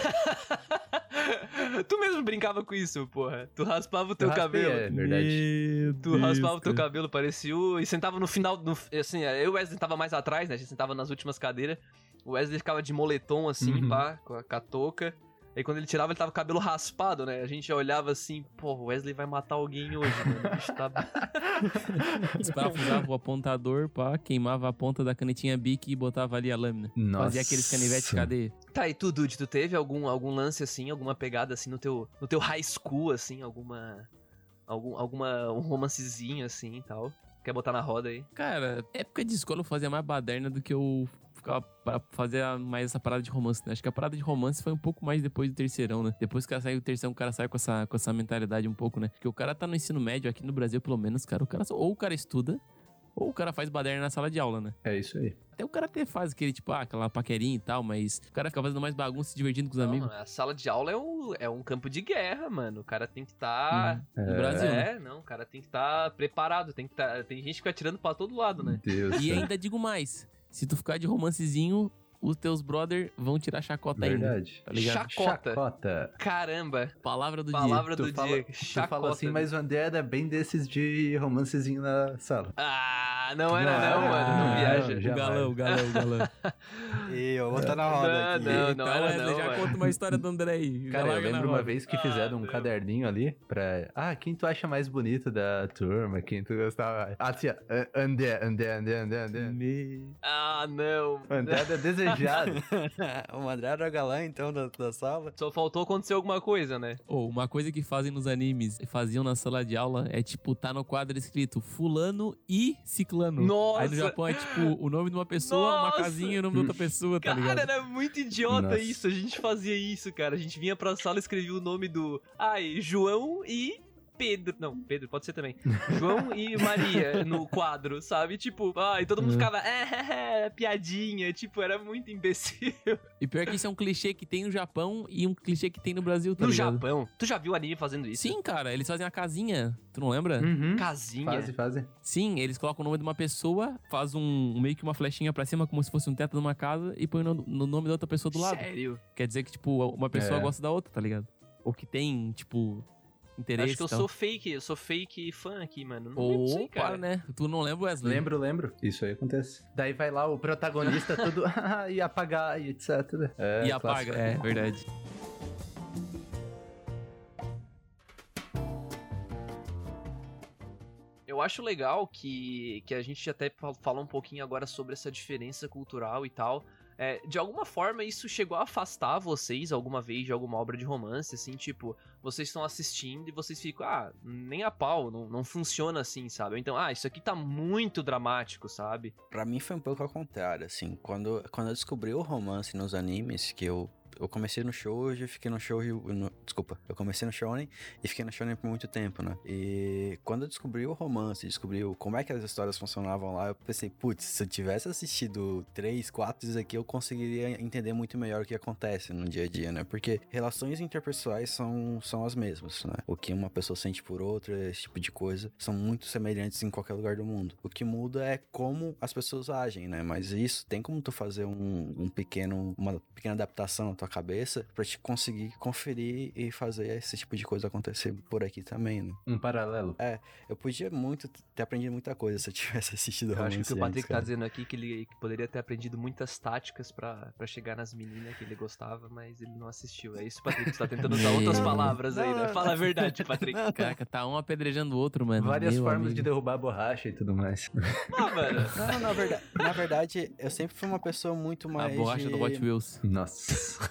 Tu mesmo brincava com isso, porra. Tu raspava o teu Eu raspei, cabelo. é verdade. Meu Tu Deus, raspava o teu cara. cabelo, parecia o... E sentava no final, no... assim, eu e o Wesley tava mais atrás, né? A gente sentava nas últimas cadeiras. O Wesley ficava de moletom, assim, Uhum. pá, com a, com a touca. Aí quando ele tirava, ele tava com o cabelo raspado, né? A gente olhava assim, pô, o Wesley vai matar alguém hoje, mano. O bicho tá... Desparafusava o apontador, pá, queimava a ponta da canetinha Bic e botava ali a lâmina. Nossa. Fazia aqueles canivetes de cadeia. Tá, e tu, Dude, tu teve algum, algum lance assim, alguma pegada assim no teu, no teu high school, assim, alguma. Algum, alguma. Um romancezinho assim e tal? Quer botar na roda aí? Cara, época de escola eu fazia mais baderna do que eu ficava pra fazer a- mais essa parada de romance, né? Acho que a parada de romance foi um pouco mais depois do terceirão, né? Depois que o cara sai do terceirão, o cara sai com essa, com essa mentalidade um pouco, né? Porque o cara tá no ensino médio, aqui no Brasil pelo menos, cara, o cara só- ou o cara estuda, ou o cara faz baderna na sala de aula, né? É isso aí. Até o cara até faz aquele, tipo, ah, aquela paquerinha e tal, mas o cara fica fazendo mais bagunça, se divertindo com os Não, amigos. mano, a sala de aula é um, é um campo de guerra, mano. O cara tem que estar. Uhum. No Brasil, né? É, não, o cara tem que estar preparado. Tem, que tá, tem gente que fica atirando pra todo lado, né? Deus E céu. ainda digo mais, se tu ficar de romancezinho, os teus brother vão tirar chacota ainda, Verdade. tá ligado? Chacota. Chacota. Caramba. Palavra do Palavra Tu do fala, dia. tu Chacota. fala assim, mas o André era bem desses de romancezinho na sala. Ah, não era não, Não, mano. Não não, viaja. O jamais. galão, o galão, o galão. E eu vou botar na roda Não, aqui. não, Então, era Wesley, não, já mano. conta uma história do André aí. Já Cara, eu larga na lembro uma roda. vez que fizeram Ah, um meu. caderninho ali pra... Ah, quem tu acha mais bonito da turma? Quem tu gostava? Ah, assim, ó. André, André, André, André, André. Me- Ah, não. André era desejado. o André era o galã, então, da, da sala. Só faltou acontecer alguma coisa, né? Ô, uma coisa que fazem nos animes, faziam na sala de aula, é tipo, tá no quadro escrito fulano e ciclano. fulano. Nossa! Aí no Japão é tipo o nome de uma pessoa, Nossa! uma casinha e o nome de outra pessoa, tá Cara, ligado? era muito idiota Nossa. isso. A gente fazia isso, cara. A gente vinha pra sala e escrevia o nome do... Ai, João e... Pedro. Não, Pedro, pode ser também. João e Maria no quadro, sabe? Tipo, ai, todo mundo Uhum. ficava, é, é, piadinha. Tipo, era muito imbecil. E pior que isso é um clichê que tem no Japão e um clichê que tem no Brasil, tá No ligado? Japão, tu já viu anime fazendo isso? Sim, cara, eles fazem a casinha. Tu não lembra? Uhum. Casinha. Fase, fase. Sim, eles colocam o nome de uma pessoa, faz um meio que uma flechinha pra cima, como se fosse um teto de uma casa, e põe no, no nome da outra pessoa do lado. Sério? Quer dizer que, tipo, uma pessoa É. gosta da outra, tá ligado? Ou que tem, tipo, interesse Acho que eu e tal. sou fake, eu sou fake fã aqui, mano. Não lembro disso aí, Opa, cara. né? Tu não lembra, Wesley? Lembro, lembro. Isso aí acontece. Daí vai lá o protagonista todo e apagar e etcétera. É, E apaga, clássico. é verdade. Eu acho legal que, que a gente até fal- falou um pouquinho agora sobre essa diferença cultural e tal. É, de alguma forma, isso chegou a afastar vocês alguma vez de alguma obra de romance, assim, tipo, vocês estão assistindo e vocês ficam, ah, nem a pau, não, não funciona assim, sabe? Ou então, ah, isso aqui tá muito dramático, sabe? Pra mim foi um pouco ao contrário, assim. Quando, quando eu descobri o romance nos animes, que eu, eu comecei no shoujo e fiquei no shoujo... No, desculpa, eu comecei no shonen e fiquei no shonen por muito tempo, né? E quando eu descobri o romance, descobri o- como é que as histórias funcionavam lá, eu pensei, putz, se eu tivesse assistido três, quatro dias aqui, eu conseguiria entender muito melhor o que acontece no dia a dia, né? Porque relações interpessoais são, são as mesmas, né? O que uma pessoa sente por outra, esse tipo de coisa, são muito semelhantes em qualquer lugar do mundo. O que muda é como as pessoas agem, né? Mas isso, tem como tu fazer um, um pequeno, uma pequena adaptação na tua cabeça pra te conseguir conferir e fazer esse tipo de coisa acontecer por aqui também, né? Um paralelo. Eu podia muito ter aprendido muita coisa se eu tivesse assistido Eu acho romance que o Patrick antes, tá cara. dizendo aqui que ele que poderia ter aprendido muitas táticas pra, pra chegar nas meninas que ele gostava, mas ele não assistiu. É isso, Patrick? Você tá tentando usar outras Meu. palavras aí, né? Fala a verdade, Patrick. Caraca, tá um apedrejando o outro, mano. Várias Meu formas amigo. de derrubar a borracha e tudo mais. Ah, mano. Não, na verdade, na verdade, eu sempre fui uma pessoa muito A mais borracha de... do Hot Wheels. Nossa.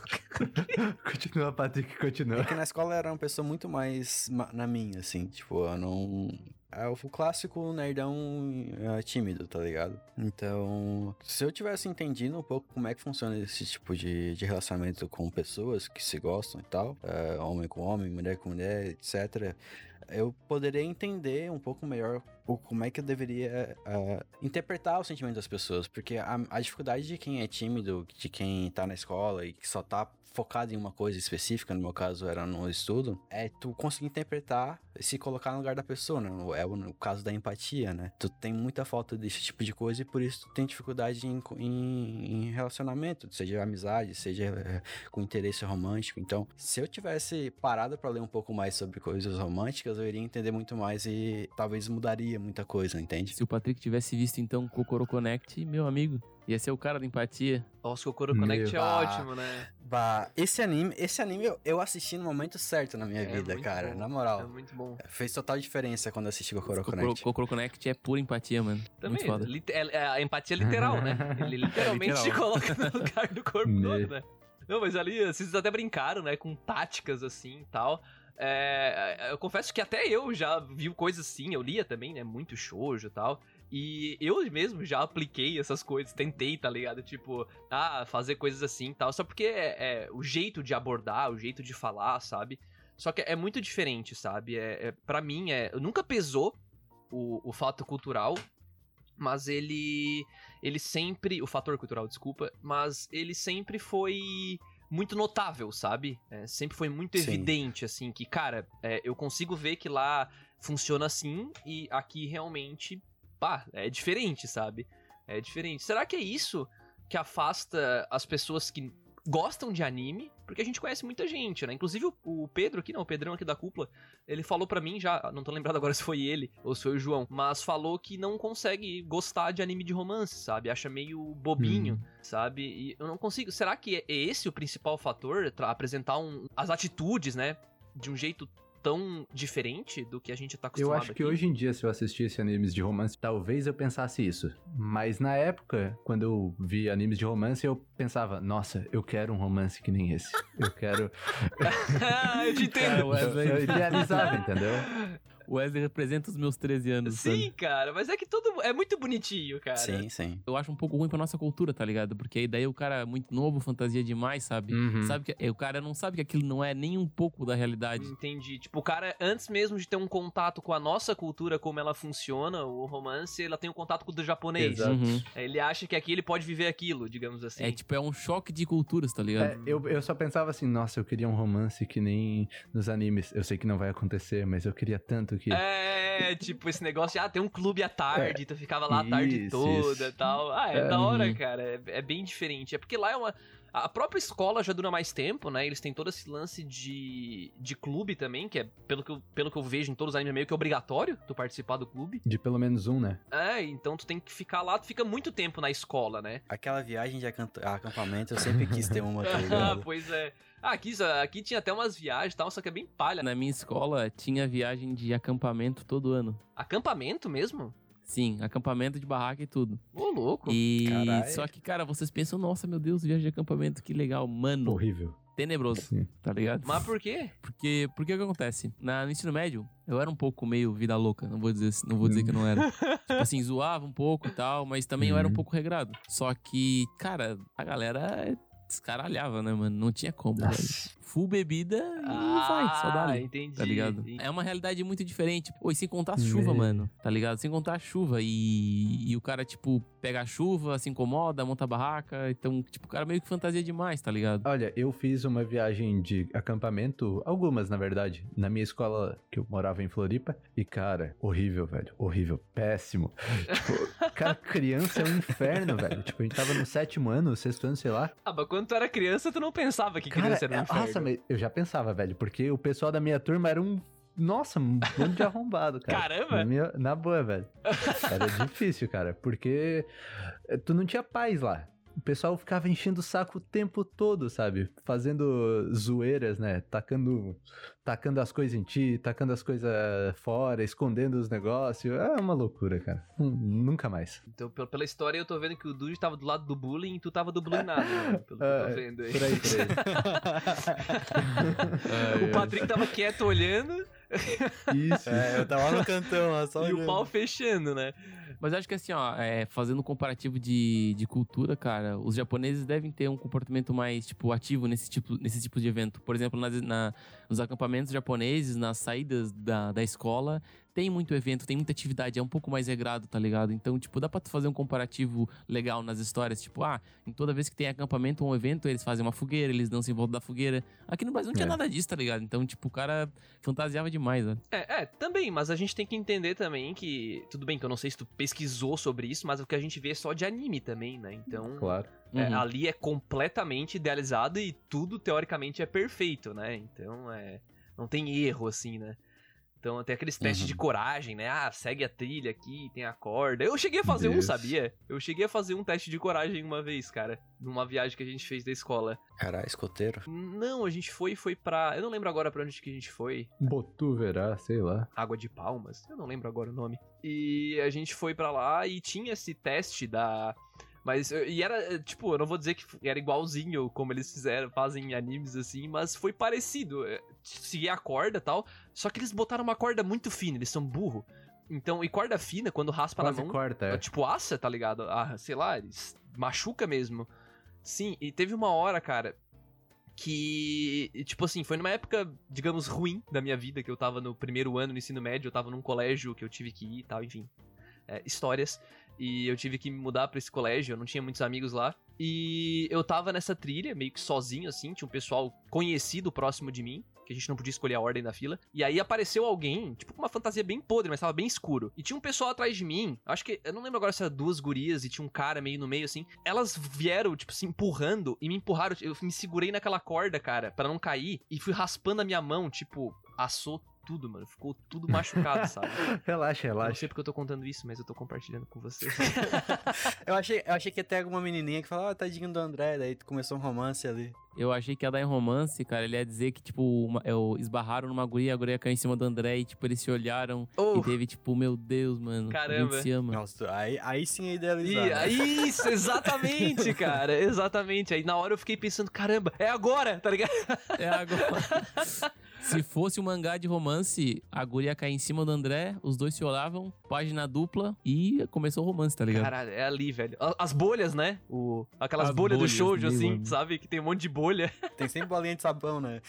Continua, Patrick, continua. É que na escola eu era uma pessoa muito mais ma- na minha, assim, tipo, eu não... É o clássico nerdão é, tímido, tá ligado? Então, se eu tivesse entendido um pouco como é que funciona esse tipo de, de relacionamento com pessoas que se gostam e tal, é, homem com homem, mulher com mulher, etcétera, eu poderia entender um pouco melhor o- como é que eu deveria ah, interpretar o sentimento das pessoas, porque a, a dificuldade de quem é tímido, de quem tá na escola e que só tá focado em uma coisa específica, no meu caso era no estudo, é tu conseguir interpretar e se colocar no lugar da pessoa, né? É o, no caso da empatia, né? Tu tem muita falta desse tipo de coisa e por isso tu tem dificuldade em, em, em relacionamento, seja amizade, seja é, com interesse romântico. Então, se eu tivesse parado pra ler um pouco mais sobre coisas românticas, eu iria entender muito mais e talvez mudaria muita coisa, entende? Se o Patrick tivesse visto, então, Kokoro Connect, meu amigo, ia ser o cara da empatia. Nossa, o Kokoro Connect é Meu. ótimo, né? Bah, esse anime, esse anime eu, eu assisti no momento certo na minha É vida, muito cara. bom. Na É moral. muito bom. Fez total diferença quando assisti Kokoro Kokoro, Connect. Kokoro Connect é pura empatia, mano. Também, Muito foda. lit- é- é a empatia literal, né? Ele literalmente literal. te coloca no lugar do corpo Me- todo, né? Não, mas ali vocês até brincaram, né? Com táticas assim e tal. É, eu confesso que até eu já vi coisas assim, eu lia também, né? Muito shoujo e tal. E eu mesmo já apliquei essas coisas, tentei, tá ligado? Tipo, ah, fazer coisas assim e tal. Só porque é, é o jeito de abordar, o jeito de falar, sabe? Só que é muito diferente, sabe? É, é, pra mim, é, nunca pesou o, o fato cultural, mas ele. Ele sempre. O fator cultural, desculpa. Mas ele sempre foi muito notável, sabe? É, sempre foi muito Sim. evidente, assim, que, cara, é, eu consigo ver que lá funciona assim e aqui realmente. Pá, é diferente, sabe? É diferente. Será que é isso que afasta as pessoas que gostam de anime? Porque a gente conhece muita gente, né? Inclusive o, o Pedro aqui, não, o Pedrão aqui da cúpula, ele falou pra mim já, não tô lembrado agora se foi ele ou se foi o João, mas falou que não consegue gostar de anime de romance, sabe? Acha meio bobinho, Hum. sabe? E eu não consigo. Será que é esse o principal fator? Tra- apresentar um, as atitudes, né? De um jeito tão diferente do que a gente tá Eu acostumado acho que aqui? hoje em dia, se eu assistisse animes de romance, talvez eu pensasse isso. Mas na época, quando eu vi animes de romance, eu pensava, nossa, eu quero um romance que nem esse. Eu quero. Ah, eu te entendo. Cara, Wesley. Eu idealizava, entendeu? O Wesley representa os meus treze anos, Sim, sabe? cara, mas é que todo... É muito bonitinho, cara. Sim, sim. Eu acho um pouco ruim pra nossa cultura, tá ligado? Porque aí daí o cara é muito novo, fantasia demais, sabe? Uhum. Sabe que, o cara não sabe que aquilo não é nem um pouco da realidade. Entendi. Tipo, o cara, antes mesmo de ter um contato com a nossa cultura, como ela funciona, o romance, ela tem um contato com o do japonês. Exato. Uhum. Ele acha que aqui ele pode viver aquilo, digamos assim. É tipo, é um choque de culturas, tá ligado? É, eu, eu só pensava assim, nossa, eu queria um romance que nem nos animes. Eu sei que não vai acontecer, mas eu queria tanto que... É, tipo, esse negócio de, ah, tem um clube à tarde, tu ficava lá a tarde Isso, toda e isso. tal. Ah, é, É, da hora, uhum. cara. É, é bem diferente. É porque lá é uma... A própria escola já dura mais tempo, né? Eles têm todo esse lance de, de clube também, que é, pelo que, eu, pelo que eu vejo em todos os animes, é meio que obrigatório tu participar do clube. De pelo menos um, né? É, então tu tem que ficar lá, tu fica muito tempo na escola, né? Aquela viagem de acamp- acampamento, eu sempre quis ter uma, tá Ah, ligado? pois é. Ah, aqui, aqui tinha até umas viagens e tal, só que é bem palha. Na minha escola tinha viagem de acampamento todo ano. Acampamento mesmo? Sim, acampamento de barraca e tudo. Ô, louco. E Caralho. só que, cara, vocês pensam, nossa, meu Deus, viagem de acampamento, que legal. Mano, Horrível. tenebroso, Sim. tá ligado? Mas por quê? Porque, porque o que acontece? Na, no ensino médio, eu era um pouco meio vida louca, não vou dizer, não vou dizer que eu não era. Tipo assim, zoava um pouco e tal, mas também eu era um Uhum. pouco regrado. Só que, cara, a galera descaralhava, né, mano? Não tinha como, velho. Nossa. Full bebida e vai, só dá. Ah, entendi. Tá ligado? entendi. É uma realidade muito diferente. Oi, sem contar a chuva, É. mano. Tá ligado? Sem contar a chuva. E, e o cara, tipo, pega a chuva, se incomoda, monta a barraca. Então, tipo, o cara meio que fantasia demais, tá ligado? Olha, eu fiz uma viagem de acampamento, algumas na verdade, na minha escola que eu morava em Floripa. E, cara, horrível, velho. Horrível. Péssimo. Tipo, cara, criança é um inferno, velho. Tipo, a gente tava no sétimo ano, sexto ano, sei lá. Ah, mas quando tu era criança, tu não pensava que Cara, criança era um é- inferno. nossa, mas eu já pensava, velho, porque o pessoal da minha turma era um. Nossa, um bando de arrombado, cara. Caramba! Na, minha- na boa, velho. Era difícil, cara, porque eh, tu não tinha paz lá. O pessoal ficava enchendo o saco o tempo todo, sabe? Fazendo zoeiras, né? Tacando, tacando as coisas em ti, tacando as coisas fora, escondendo os negócios. É uma loucura, cara. Hum, Nunca mais. Então, pel- pela história, eu tô vendo que o Dude tava do lado do bullying e tu tava do bullying nada, né? Pelo que eu tô Ah, vendo aí. Por aí, por aí. O Patrick tava quieto olhando Isso. É, eu tava no cantão lá, só e o olhando. pau fechando, né? Mas eu acho que assim, ó, é, fazendo um comparativo de, de cultura, cara, os japoneses devem ter um comportamento mais, tipo, ativo nesse tipo, nesse tipo de evento. Por exemplo, nas, na, nos acampamentos japoneses, nas saídas da, da escola, tem muito evento, tem muita atividade, é um pouco mais regrado, tá ligado? Então, tipo, dá pra tu fazer um comparativo legal nas histórias. Tipo, ah, em toda vez que tem acampamento ou um evento, eles fazem uma fogueira, eles dançam em volta da fogueira. Aqui no Brasil não tinha É. nada disso, tá ligado? Então, tipo, o cara fantasiava demais, né? É, é, também, mas a gente tem que entender também que. Tudo bem que eu não sei se tu pesquisou sobre isso, mas o que a gente vê é só de anime também, né? Então. Claro. é, Uhum. ali é completamente idealizado e tudo teoricamente é perfeito, né? Então é. Não tem erro, assim, né? Então tem aqueles testes Uhum. de coragem, né? Ah, segue a trilha aqui, tem a corda. Eu cheguei a fazer um, Deus. sabia? Eu cheguei a fazer um teste de coragem uma vez, cara. Numa viagem que a gente fez da escola. Caralho, escoteiro. Não, a gente foi, foi pra. Eu não lembro agora pra onde que a gente foi. Botuverá, sei lá. Água de Palmas, eu não lembro agora o nome. E a gente foi pra lá e tinha esse teste da. Mas, eh, e era, eh, tipo, eu não vou dizer que era igualzinho como eles fizeram, fazem em animes assim, mas foi parecido. eh, Seguir a corda e tal, só que eles botaram uma corda muito fina, eles são burro. Então, e corda fina, quando raspa Quase na mão, corta, é é. tipo assa, tá ligado? Ah, sei lá, eles machuca mesmo. Sim, e teve uma hora, cara, que, tipo assim, foi numa época, digamos, ruim da minha vida, que eu tava no primeiro ano no ensino médio, eu tava num colégio que eu tive que ir e tal, enfim. É, histórias. E eu tive que me mudar pra esse colégio, eu não tinha muitos amigos lá. E eu tava nessa trilha, meio que sozinho, assim, tinha um pessoal conhecido próximo de mim, que a gente não podia escolher a ordem da fila. E aí apareceu alguém, tipo, com uma fantasia bem podre, mas tava bem escuro. E tinha um pessoal atrás de mim, acho que, eu não lembro agora se era duas gurias e tinha um cara meio no meio, assim. Elas vieram, tipo, se empurrando e me empurraram, eu me segurei naquela corda, cara, pra não cair. E fui raspando a minha mão, tipo, assou tudo, mano. Ficou tudo machucado, sabe? Relaxa, Eu não relaxa. sei porque eu tô contando isso, mas eu tô compartilhando com vocês. Eu achei, eu achei que ia ter alguma menininha que falava, ah, tadinho do André, daí começou um romance ali. Eu achei que ia dar em romance, cara. Ele ia dizer que, tipo, uma, eu, esbarraram numa guria, a guria caiu em cima do André e, tipo, eles se olharam Oh. e teve, tipo, meu Deus, mano. Caramba. A gente se ama. Nossa, aí, aí sim é idealizar. E, né? isso, exatamente, cara. Exatamente. Aí na hora eu fiquei pensando, caramba, é agora, tá ligado? É agora. Se fosse um mangá de romance, a guria cair em cima do André, os dois se olhavam, página dupla e começou o romance, tá ligado? Caralho, é ali, velho. A- As bolhas, né? O, aquelas As bolhas, bolhas, do shoujo, meu assim, amigo. sabe? Que tem um monte de bolha. Tem sempre bolinha de sabão, né?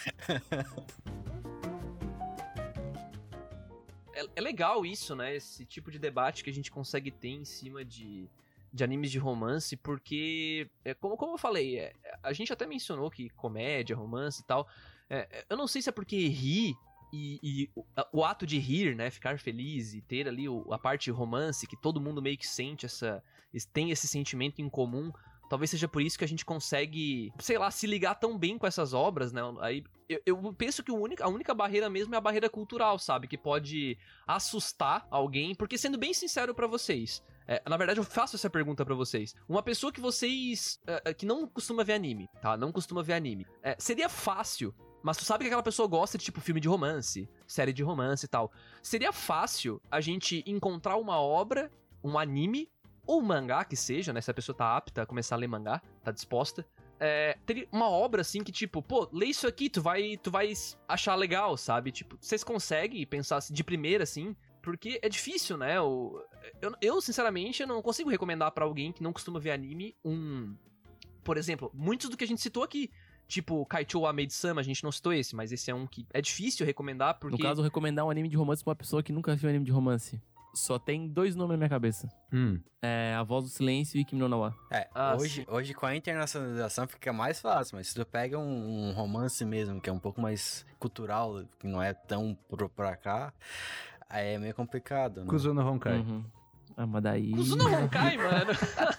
É, é legal isso, né? Esse tipo de debate que a gente consegue ter em cima de, de animes de romance, porque, é, como, como eu falei, é, a gente até mencionou que comédia, romance e tal. É, é, eu não sei se é porque rir e, e o, a- o ato de rir, né? Ficar feliz e ter ali o- a parte romance, que todo mundo meio que sente essa. es- tem esse sentimento em comum. Talvez seja por isso que a gente consegue, sei lá, se ligar tão bem com essas obras, né? Aí eu, eu penso que o única, a única barreira mesmo é a barreira cultural, sabe? Que pode assustar alguém, porque sendo bem sincero pra vocês, é, na verdade eu faço essa pergunta pra vocês. Uma pessoa que vocês, é, é, que não costuma ver anime, tá? Não costuma ver anime. É, seria fácil, mas tu sabe que aquela pessoa gosta de tipo filme de romance, série de romance e tal. Seria fácil a gente encontrar uma obra, um anime, ou um mangá que seja, né? Se a pessoa tá apta a começar a ler mangá, tá disposta. É, teria uma obra assim que, tipo, pô, lê isso aqui, tu vai, tu vai achar legal, sabe? Tipo, vocês conseguem pensar assim, de primeira, assim? Porque é difícil, né? O, eu, eu, sinceramente, eu não consigo recomendar pra alguém que não costuma ver anime um. Por exemplo, muitos do que a gente citou aqui. Tipo, Kaichou Maid-sama, a gente não citou esse, mas esse é um que é difícil recomendar porque. No caso, recomendar um anime de romance pra uma pessoa que nunca viu anime de romance. Só tem dois nomes na minha cabeça. Hum. É A Voz do Silêncio e Kimi no Na wa. É, Ah, hoje, hoje com a internacionalização fica mais fácil, mas se tu pega um, um romance mesmo, que é um pouco mais cultural, que não é tão pro pra cá, aí é meio complicado, né? Kuzuno Honkai. Uhum. Ah, mas daí... Kuzuno Honkai, mano.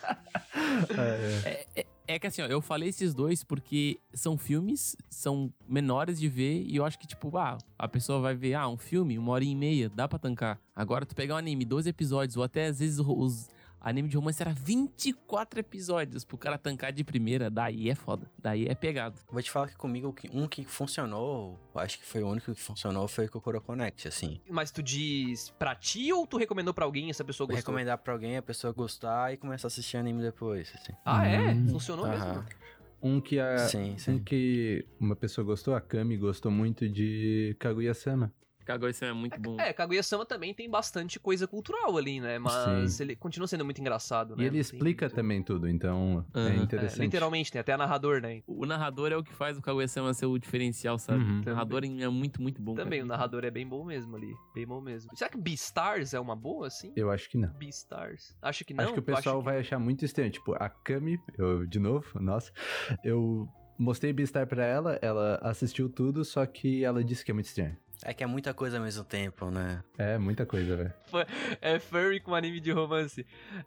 É, é. É que assim, ó, eu falei esses dois porque são filmes, são menores de ver e eu acho que, tipo, ah, a pessoa vai ver, ah, um filme, uma hora e meia, dá pra tancar. Agora, tu pegar um anime, doze episódios, ou até às vezes os anime de romance era vinte e quatro episódios pro cara tancar de primeira, daí é foda, daí é pegado. Vou te falar que comigo, um que funcionou, eu acho que foi o único que funcionou, foi o Kokoro Connect, assim. Mas tu diz pra ti ou tu recomendou pra alguém e essa pessoa Vou gostou? recomendar pra alguém, a pessoa gostar e começar a assistir anime depois, assim. Ah, é? Hum. Funcionou Aham. mesmo? Um que a. Sim, Um sim. que uma pessoa gostou, a Kami gostou muito de Kaguya-sama. Kaguya-sama é muito bom. É, Kaguya-sama também tem bastante coisa cultural ali, né? Mas ele continua sendo muito engraçado, né? E ele Não tem explica muito- também tudo, então é Aham. É, interessante. literalmente, tem até narrador, né? O narrador é o que faz o Kaguya-sama ser o diferencial, sabe? Uhum. O narrador é muito, muito bom. Também, cara. o narrador é bem bom mesmo ali. Bem bom mesmo. Será que Beastars é uma boa, assim? Eu acho que não. Beastars. Acho que não. acho que o Tu acha pessoal que- vai achar muito estranho. Tipo, a Kami, eu, de novo, nossa, eu mostrei Beastar pra ela, ela assistiu tudo, só que ela disse que é muito estranho. É que é muita coisa ao mesmo tempo, né? É, muita coisa, velho. É furry com anime de romance.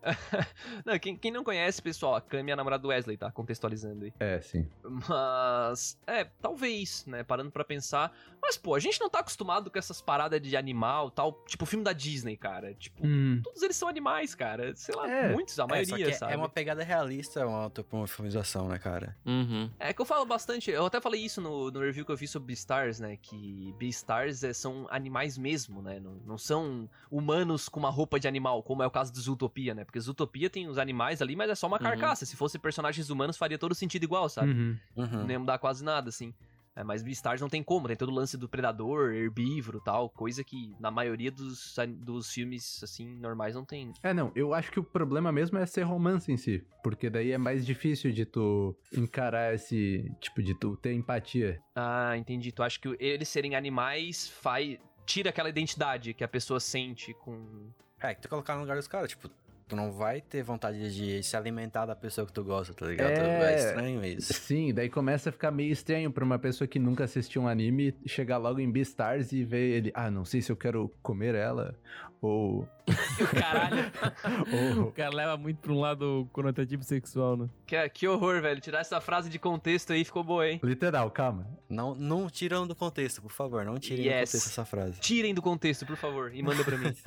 não, quem, quem não conhece, pessoal, a Kami é a namorada do Wesley, tá? Contextualizando aí. É, sim. Mas, é, talvez, né? Parando pra pensar. Mas, pô, a gente não tá acostumado com essas paradas de animal tal. Tipo, filme da Disney, cara. Tipo, Hum. todos eles são animais, cara. Sei lá, É. muitos, a É, maioria, só que sabe? é uma pegada realista, uma antropomorfização, né, cara? Uhum. É que eu falo bastante, eu até falei isso no, no review que eu fiz sobre Beastars, né? Que Beastars é, são animais mesmo, né? Não, não são humanos com uma roupa de animal, como é o caso de Zootopia, né? Porque Zootopia tem os animais ali, mas é só uma Uhum. carcaça. Se fosse personagens humanos, faria todo sentido igual, sabe? Uhum. Uhum. Não ia mudar quase nada, assim. É, mas Beastars não tem como, tem todo o lance do predador, herbívoro e tal, coisa que na maioria dos, dos filmes, assim, normais não tem. É, não, eu acho que o problema mesmo é ser romance em si. Porque daí é mais difícil de tu encarar esse, tipo, de tu ter empatia. Ah, entendi. Tu acha que eles serem animais faz... tira aquela identidade que a pessoa sente com... É, que tu colocar no lugar dos caras, tipo, tu não vai ter vontade de se alimentar da pessoa que tu gosta, tá ligado? É. É estranho isso. Sim, daí começa a ficar meio estranho pra uma pessoa que nunca assistiu um anime chegar logo em Beastars e ver ele, ah, não sei se eu quero comer ela, ou Caralho. O cara leva muito pra um lado conotativo sexual, né? Que, que horror, velho. Tirar essa frase de contexto aí ficou boa, hein? Literal, calma. Não, não tiram do contexto, por favor. Não tirem Yes. do contexto essa frase. Tirem do contexto, por favor, e manda pra mim.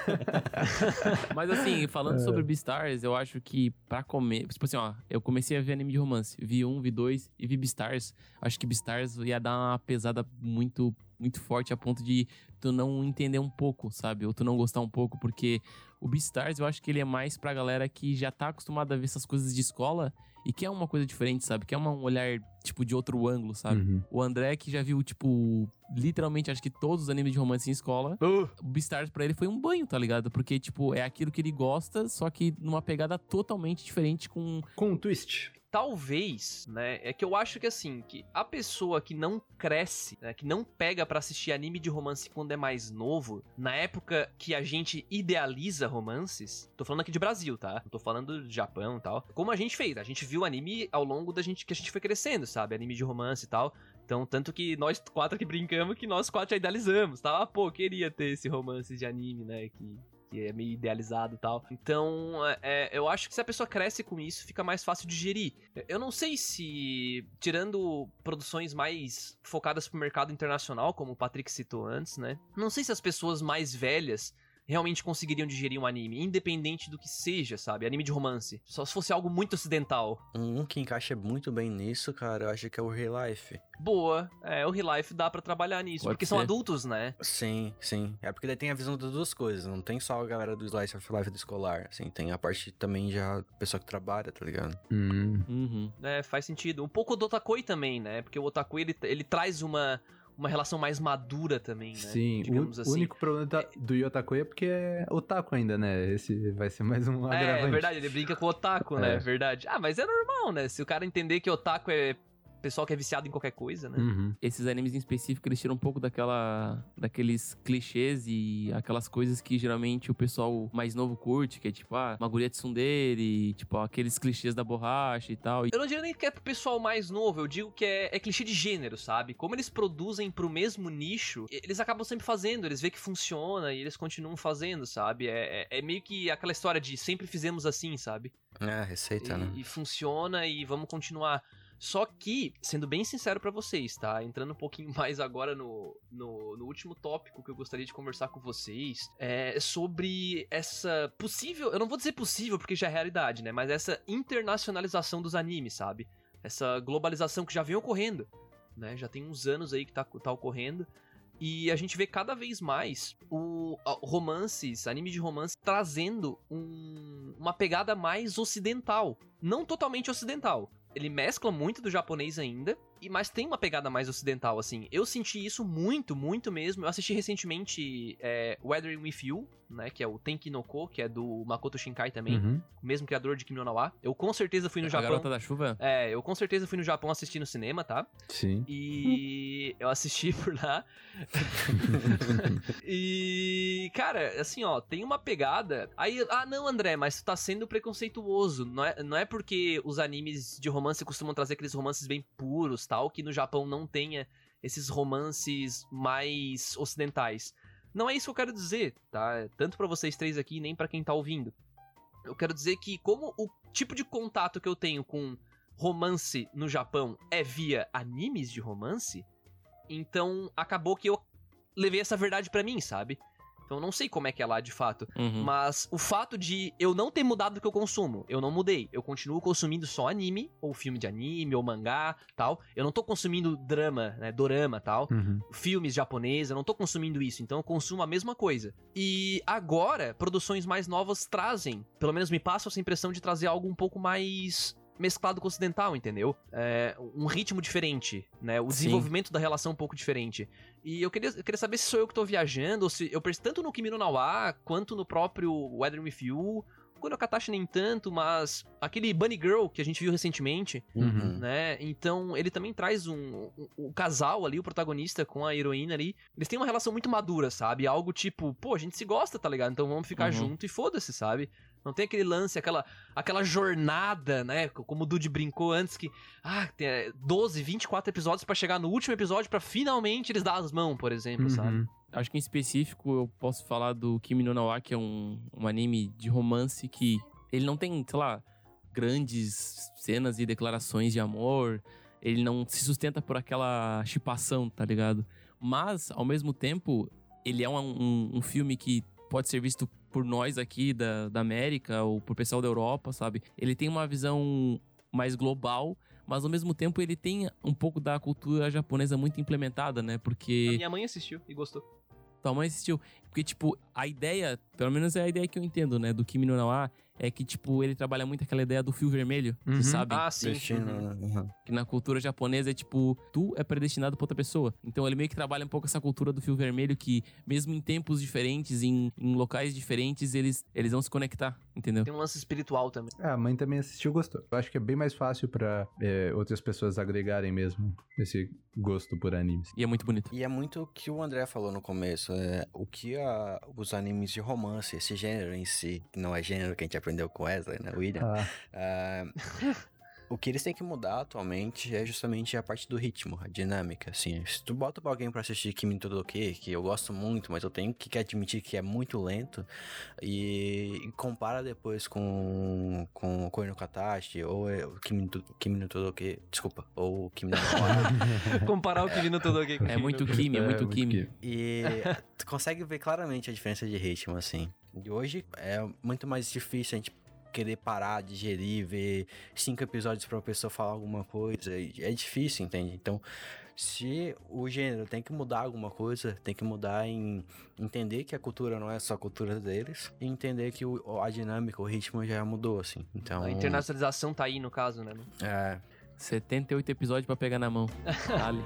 Mas assim, falando sobre Beastars, eu acho que pra comer... Tipo assim, ó, eu comecei a ver anime de romance. Vi um, vi dois e vi Beastars. Acho que Beastars ia dar uma pesada muito, muito forte a ponto de tu não entender um pouco, sabe? Ou tu não gostar um pouco, porque o Beastars eu acho que ele é mais pra galera que já tá acostumada a ver essas coisas de escola e quer uma coisa diferente, sabe? Quer um olhar, tipo, de outro ângulo, sabe? Uhum. O André, que já viu, tipo, literalmente, acho que todos os animes de romance em escola, Uh, o Beastars pra ele foi um banho, tá ligado? Porque, tipo, é aquilo que ele gosta, só que numa pegada totalmente diferente com... Com um twist. talvez, né, é que eu acho que assim, que a pessoa que não cresce, né, que não pega pra assistir anime de romance quando é mais novo, na época que a gente idealiza romances, tô falando aqui de Brasil, tá? Não tô falando de Japão e tal. Como a gente fez, a gente viu anime ao longo da gente, que a gente foi crescendo, sabe? Anime de romance e tal. Então, tanto que nós quatro aqui brincamos que nós quatro já idealizamos, tá? Ah, pô, queria ter esse romance de anime, né, que... que é meio idealizado e tal. Então, é, eu acho que se a pessoa cresce com isso, fica mais fácil de digerir. Eu não sei se, tirando produções mais focadas pro mercado internacional, como o Patrick citou antes, né? Não sei se as pessoas mais velhas realmente conseguiriam digerir um anime, independente do que seja, sabe? Anime de romance. Só se fosse algo muito ocidental. Um que encaixa muito bem nisso, cara, eu acho que é o Real Life. Boa. É, o Real Life dá pra trabalhar nisso. Pode porque são ser. adultos, né? Sim, sim. É porque daí tem a visão das duas coisas. Não tem só a galera do Slice of Life do escolar. Assim, tem a parte também já pessoa que trabalha, tá ligado? Hum. Uhum. É, faz sentido. Um pouco do Otakoi também, né? Porque o Otakoi, ele, ele traz uma... uma relação mais madura também, né? Sim, Digamos o assim. único problema da- do Yotakoi é porque é otaku ainda, né? Esse vai ser mais um É, agravante. é verdade, ele brinca com o otaku, né? É. É verdade. Ah, mas é normal, né? Se o cara entender que otaku é pessoal que é viciado em qualquer coisa, né? Uhum. Esses animes em específico, eles tiram um pouco daquela, daqueles clichês e aquelas coisas que geralmente o pessoal mais novo curte, que é tipo, ah, uma guria tsundere, tipo, aqueles clichês da borracha e tal. E Eu não diria nem que é pro pessoal mais novo, eu digo que é, é clichê de gênero, sabe? Como eles produzem pro mesmo nicho, e- eles acabam sempre fazendo, eles veem que funciona e eles continuam fazendo, sabe? É, é, é meio que aquela história de sempre fizemos assim, sabe? É, receita, né? E, e funciona e vamos continuar. Só que, sendo bem sincero pra vocês, tá? Entrando um pouquinho mais agora no, no, no último tópico que eu gostaria de conversar com vocês, é sobre essa possível, eu não vou dizer possível porque já é realidade, né? Mas essa internacionalização dos animes, sabe? Essa globalização que já vem ocorrendo, né? Já tem uns anos aí que tá, tá ocorrendo. E a gente vê cada vez mais o a- romances, anime de romance, trazendo um- uma pegada mais ocidental. Não totalmente ocidental. Ele mescla muito do japonês ainda, e mas tem uma pegada mais ocidental, assim. Eu senti isso muito, muito mesmo. Eu assisti recentemente é, Weathering With You, né, que é o Tenki no Ko, que é do Makoto Shinkai também, Uhum. o mesmo criador de Kimi no Na wa. Eu com certeza fui no a Japão. Garota da Chuva? É, eu com certeza fui no Japão assistir no cinema, tá? Sim. E eu assisti por lá. E, cara, assim, ó, tem uma pegada. Aí, ah, não, André, mas tu tá sendo preconceituoso. Não é, não é porque os animes de romance costumam trazer aqueles romances bem puros, tal, que no Japão não tenha esses romances mais ocidentais. Não é isso que eu quero dizer, tá? Tanto pra vocês três aqui, nem pra quem tá ouvindo. Eu quero dizer que, como o tipo de contato que eu tenho com romance no Japão é via animes de romance, então acabou que eu levei essa verdade pra mim, sabe? Então eu não sei como é que é lá de fato. Uhum. Mas o fato de eu não ter mudado o que eu consumo, eu não mudei. Eu continuo consumindo só anime, ou filme de anime, ou mangá, tal. Eu não tô consumindo drama, né, dorama, tal. Uhum. Filmes japoneses, eu não tô consumindo isso. Então eu consumo a mesma coisa. E agora, produções mais novas trazem, pelo menos me passam essa impressão de trazer algo um pouco mais mesclado com o ocidental, entendeu? É, um ritmo diferente, né? O Sim. desenvolvimento da relação um pouco diferente. E eu queria, eu queria saber se sou eu que tô viajando, ou se eu percebo tanto no Kimi no Na wa, quanto no próprio Weathering With You, quando o Katashi nem tanto, mas aquele Bunny Girl que a gente viu recentemente, Uhum. né? Então ele também traz um, um, um casal ali, o protagonista com a heroína ali. Eles têm uma relação muito madura, sabe? Algo tipo, pô, a gente se gosta, tá ligado? Então vamos ficar Uhum. junto e foda-se, sabe? Não tem aquele lance, aquela, aquela jornada, né? Como o Dude brincou antes que, ah, tem é, doze, vinte e quatro episódios pra chegar no último episódio pra finalmente eles dar as mãos, por exemplo, sabe? Uhum. acho que em específico eu posso falar do Kimi no Na wa, que é um, um anime de romance que ele não tem, sei lá, grandes cenas e declarações de amor. Ele não se sustenta por aquela shippação, tá ligado? Mas, ao mesmo tempo, ele é um, um, um filme que pode ser visto por nós aqui da, da América ou por pessoal da Europa, sabe? Ele tem uma visão mais global, mas ao mesmo tempo ele tem um pouco da cultura japonesa muito implementada, né? Porque... A minha mãe assistiu e gostou. Tua mãe assistiu. Porque, tipo, a ideia, pelo menos é a ideia que eu entendo, né? Do Kimi no Na wa, é que, tipo, ele trabalha muito aquela ideia do fio vermelho, Uhum. você sabe? Ah, sim. Destino, Uhum. uhum. Que na cultura japonesa é tipo, tu é predestinado pra outra pessoa. Então ele meio que trabalha um pouco essa cultura do fio vermelho que, mesmo em tempos diferentes, em, em locais diferentes, eles, eles vão se conectar, entendeu? Tem um lance espiritual também. Ah, a mãe também assistiu e gostou. Eu acho que é bem mais fácil pra é, outras pessoas agregarem mesmo esse gosto por animes. E é muito bonito. E é muito o que o André falou no começo, é, o que a, os animes de romance, esse gênero em si, que não é gênero que a gente aprendeu com Wesley, né, William, Ah, ah, o que eles têm que mudar atualmente é justamente a parte do ritmo, a dinâmica, assim. Se tu bota pra alguém pra assistir Kimi no Todoke, que eu gosto muito, mas eu tenho que admitir que é muito lento, e, e compara depois com com Koi no Katachi, ou é, o Kimi, no- Kimi no Todoke, desculpa, ou Kimi no Na Comparar o Kimi no Todoke com o É Kimi muito no- Kimi, é muito Kimi. Kimi. E tu consegue ver claramente a diferença de ritmo, assim. E hoje é muito mais difícil a gente querer parar, digerir, ver cinco episódios pra uma pessoa falar alguma coisa. É difícil, entende? Então, se o gênero tem que mudar alguma coisa, tem que mudar em entender que a cultura não é só a cultura deles, e entender que o, a dinâmica, o ritmo já mudou, assim. Então, A internacionalização tá aí no caso, né? é, setenta e oito episódios pra pegar na mão. Dale.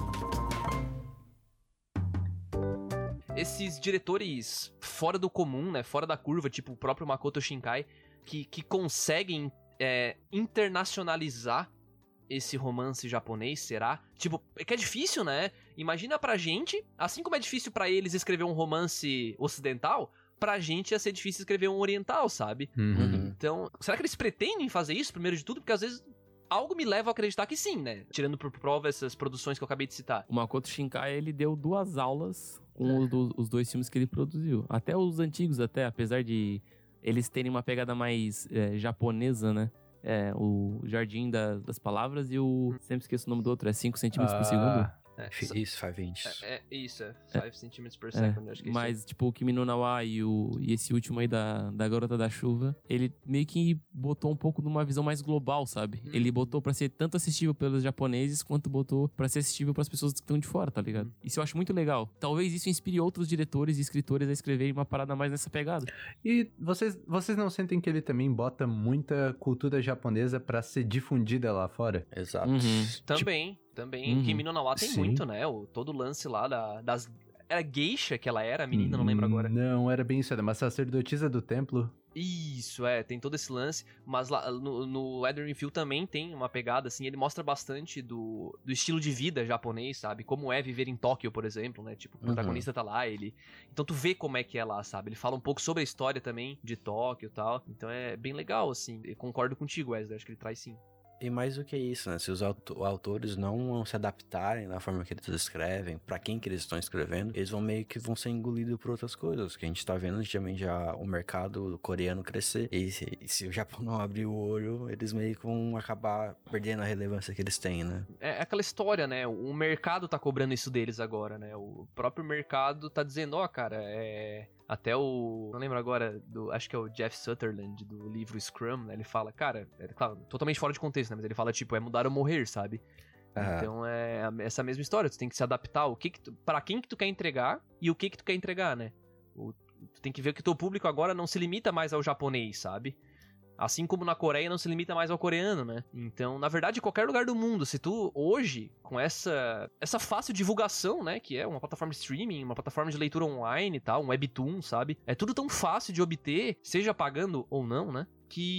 Esses diretores fora do comum, né? Fora da curva, tipo o próprio Makoto Shinkai, que, que conseguem é, internacionalizar esse romance japonês, será? Tipo, é que é difícil, né? Imagina pra gente, assim como é difícil pra eles escrever um romance ocidental, pra gente ia ser difícil escrever um oriental, sabe? Uhum. uhum. Então, será que eles pretendem fazer isso, primeiro de tudo? Porque às vezes algo me leva a acreditar que sim, né? Tirando por prova essas produções que eu acabei de citar. O Makoto Shinkai, ele deu duas aulas com os, do- os dois filmes que ele produziu. Até os antigos, até, apesar de eles terem uma pegada mais é, japonesa, né? É, o Jardim da- das Palavras e o... Sempre esqueço o nome do outro, é cinco centímetros por segundo. Ah, É, Isso, five inches. é, é isso, é cinco centímetros por segundo, acho que é isso. Mas, tipo, o Kimi no Na wa e, o, e esse último aí da, da Garota da Chuva, ele meio que botou um pouco de uma visão mais global, sabe? Hum. Ele botou pra ser tanto assistível pelos japoneses, quanto botou pra ser assistível pras pessoas que estão de fora, tá ligado? Isso eu acho muito legal. Talvez isso inspire outros diretores e escritores a escreverem uma parada mais nessa pegada. E vocês, vocês não sentem que ele também bota muita cultura japonesa pra ser difundida lá fora? Exato. Uhum. Também, também. Uhum. Kimi no Na wa tem Sim. muito, né? O, todo o lance lá da, das... Era geisha que ela era, a menina, não lembro agora. Não, era bem isso, era uma sacerdotisa do templo. Isso, é, tem todo esse lance. Mas lá no, no Eden Field também tem uma pegada, assim, ele mostra bastante do, do estilo de vida japonês, sabe? Como é viver em Tóquio, por exemplo, né? Tipo, o protagonista tá lá, ele... Então tu vê como é que é lá, sabe? Ele fala um pouco sobre a história também de Tóquio e tal. Então é bem legal, assim. Eu concordo contigo, Wesley, acho que ele traz sim. E mais do que isso, né? Se os auto- autores não se adaptarem na forma que eles escrevem, pra quem que eles estão escrevendo, eles vão meio que vão ser engolidos por outras coisas. Que a gente tá vendo também já o mercado coreano crescer. E se, e se o Japão não abrir o olho, eles meio que vão acabar perdendo a relevância que eles têm, né? É aquela história, né? O mercado tá cobrando isso deles agora, né? O próprio mercado tá dizendo, ó, cara, é... Até o... Não lembro agora, do, acho que é o Jeff Sutherland, do livro Scrum, né? Ele fala, cara, é claro, totalmente fora de contexto, né? Mas ele fala, tipo, é mudar ou morrer, sabe? Aham. Então é a- essa mesma história, tu tem que se adaptar ao que que tu, pra quem que tu quer entregar e o que que tu quer entregar, né? O- tu tem que ver que o teu público agora não se limita mais ao japonês, sabe? Assim como na Coreia não se limita mais ao coreano, né? Então, na verdade, qualquer lugar do mundo, se tu hoje, com essa essa fácil divulgação, né, que é uma plataforma de streaming, uma plataforma de leitura online e tal, um webtoon, sabe? É tudo tão fácil de obter, seja pagando ou não, né?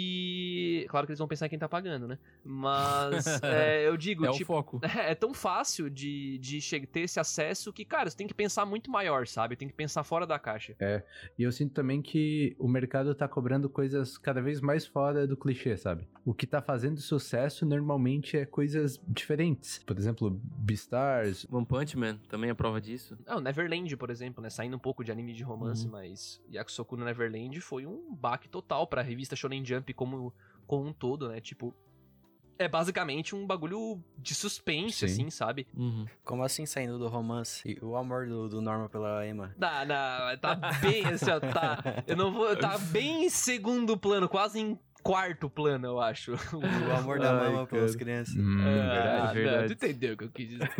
Que... Claro que eles vão pensar em quem tá pagando, né? Mas é, eu digo, É o tipo... foco. É tão fácil de, de che- ter esse acesso que, cara, você tem que pensar muito maior, sabe? Tem que pensar fora da caixa. E eu sinto também que o mercado tá cobrando coisas cada vez mais fora do clichê, sabe? O que tá fazendo sucesso normalmente é coisas diferentes. Por exemplo, Beastars. One Punch Man também é prova disso. Ah, o Neverland, por exemplo, né? Saindo um pouco de anime de romance, Uhum. mas Yakusoku no Neverland foi um baque total pra revista Shonen Jump como, como um todo, né? Tipo, é basicamente um bagulho de suspense, Sim. assim, sabe? Uhum. Como assim saindo do romance? E o amor do, do Norma pela Emma? Tá, não, tá bem, assim, ó, tá... Eu não vou... Tá bem em segundo plano, quase em quarto plano, eu acho. O amor da Ai, mama pelas cara. crianças. Hum, Ah, verdade, verdade. Não, tu entendeu o que eu quis dizer.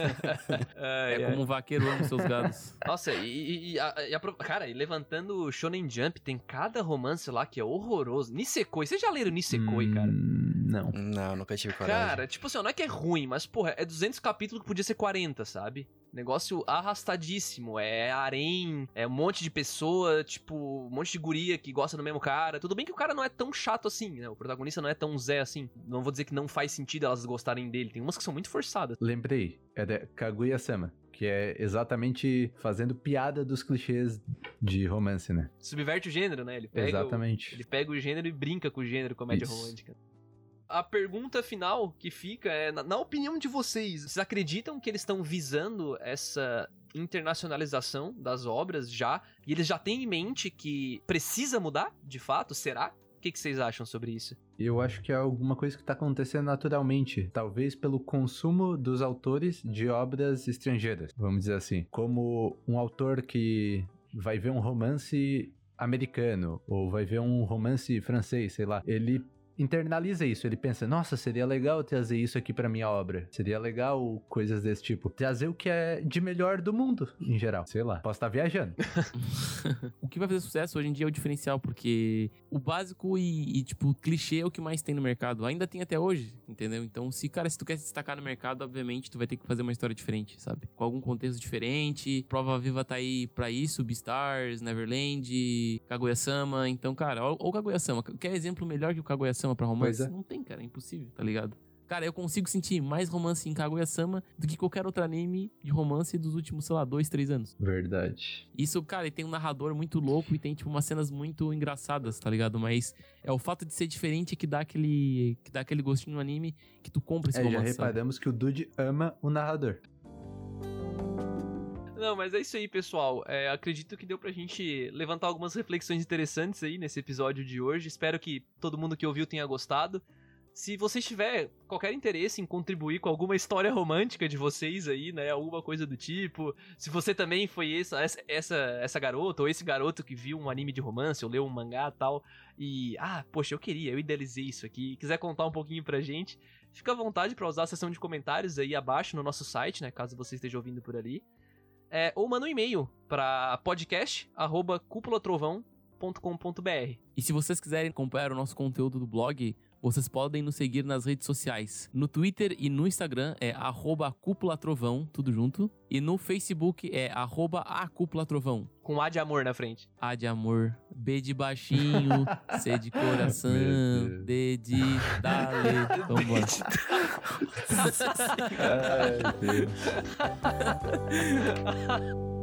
Ai, É ai. como um vaqueiro ama seus gados. Nossa, e, e, e, a- e a pro- cara, e levantando o Shonen Jump, tem cada romance lá que é horroroso. Nisekoi, vocês já leram Nisekoi, cara? hum, Não. Não, nunca tive coragem. Cara, tipo assim, ó, não é que é ruim, mas, porra, é duzentos capítulos que podia ser quarenta, sabe? Negócio arrastadíssimo, é harém, é um monte de pessoa, tipo, um monte de guria que gosta do mesmo cara. Tudo bem que o cara não é tão chato assim, né? O protagonista não é tão Zé assim. Não vou dizer que não faz sentido elas gostarem dele. Tem umas que são muito forçadas. Lembrei, é da Kaguya-sama, que é exatamente fazendo piada dos clichês de romance, né? Subverte o gênero, né? Ele pega, o, Exatamente. ele pega o gênero e brinca com o gênero comédia Isso. romântica. A pergunta final que fica é, na, na opinião de vocês, vocês acreditam que eles estão visando essa internacionalização das obras já? E eles já têm em mente que precisa mudar, de fato? Será? O que, que vocês acham sobre isso? Eu acho que é alguma coisa que tá acontecendo naturalmente, talvez pelo consumo dos autores de obras estrangeiras, vamos dizer assim. Como um autor que vai ver um romance americano, ou vai ver um romance francês, sei lá, ele internaliza isso, ele pensa, nossa, seria legal trazer isso aqui pra minha obra, seria legal coisas desse tipo, trazer o que é de melhor do mundo, em geral, sei lá, posso estar viajando. O que vai fazer sucesso hoje em dia é o diferencial, porque o básico e, e, tipo, clichê é o que mais tem no mercado. Ainda tem até hoje, entendeu? Então, se, cara, se tu quer se destacar no mercado, obviamente, tu vai ter que fazer uma história diferente, sabe? Com algum contexto diferente. Prova Viva tá aí pra isso, Beastars, Neverland, Kaguya-sama. Então, cara, ó, ó o Kaguya-sama. Quer exemplo melhor que o Kaguya-sama pra romance? Pois é. Não tem, cara, é impossível, tá ligado? Cara, eu consigo sentir mais romance em Kaguya-sama do que qualquer outro anime de romance dos últimos, sei lá, dois, três anos. Verdade. Isso, cara, e tem um narrador muito louco e tem, tipo, umas cenas muito engraçadas, tá ligado? Mas é o fato de ser diferente que dá aquele, que dá aquele gostinho no anime que tu compra esse É, já romance, sabe? reparamos que o Dude ama o narrador. Não, mas é isso aí, pessoal. É, acredito que deu pra gente levantar algumas reflexões interessantes aí nesse episódio de hoje. Espero que todo mundo que ouviu tenha gostado. Se vocês tiver qualquer interesse em contribuir com alguma história romântica de vocês aí, né, alguma coisa do tipo, se você também foi essa, essa, essa garota ou esse garoto que viu um anime de romance ou leu um mangá e tal, e, ah, poxa, eu queria, eu idealizei isso aqui, e quiser contar um pouquinho pra gente, fica à vontade pra usar a seção de comentários aí abaixo no nosso site, né, caso você esteja ouvindo por ali, é, ou manda um e-mail pra podcast arroba cupulatrovão ponto com ponto b r. E se vocês quiserem acompanhar o nosso conteúdo do blog, vocês podem nos seguir nas redes sociais. No Twitter e no Instagram é arroba cupulatrovão, tudo junto. E no Facebook é arroba acupulatrovão. Com A de amor na frente. A de amor, B de baixinho, C de coração, Meu Deus. D de dale. Vamos embora. Ai, Deus.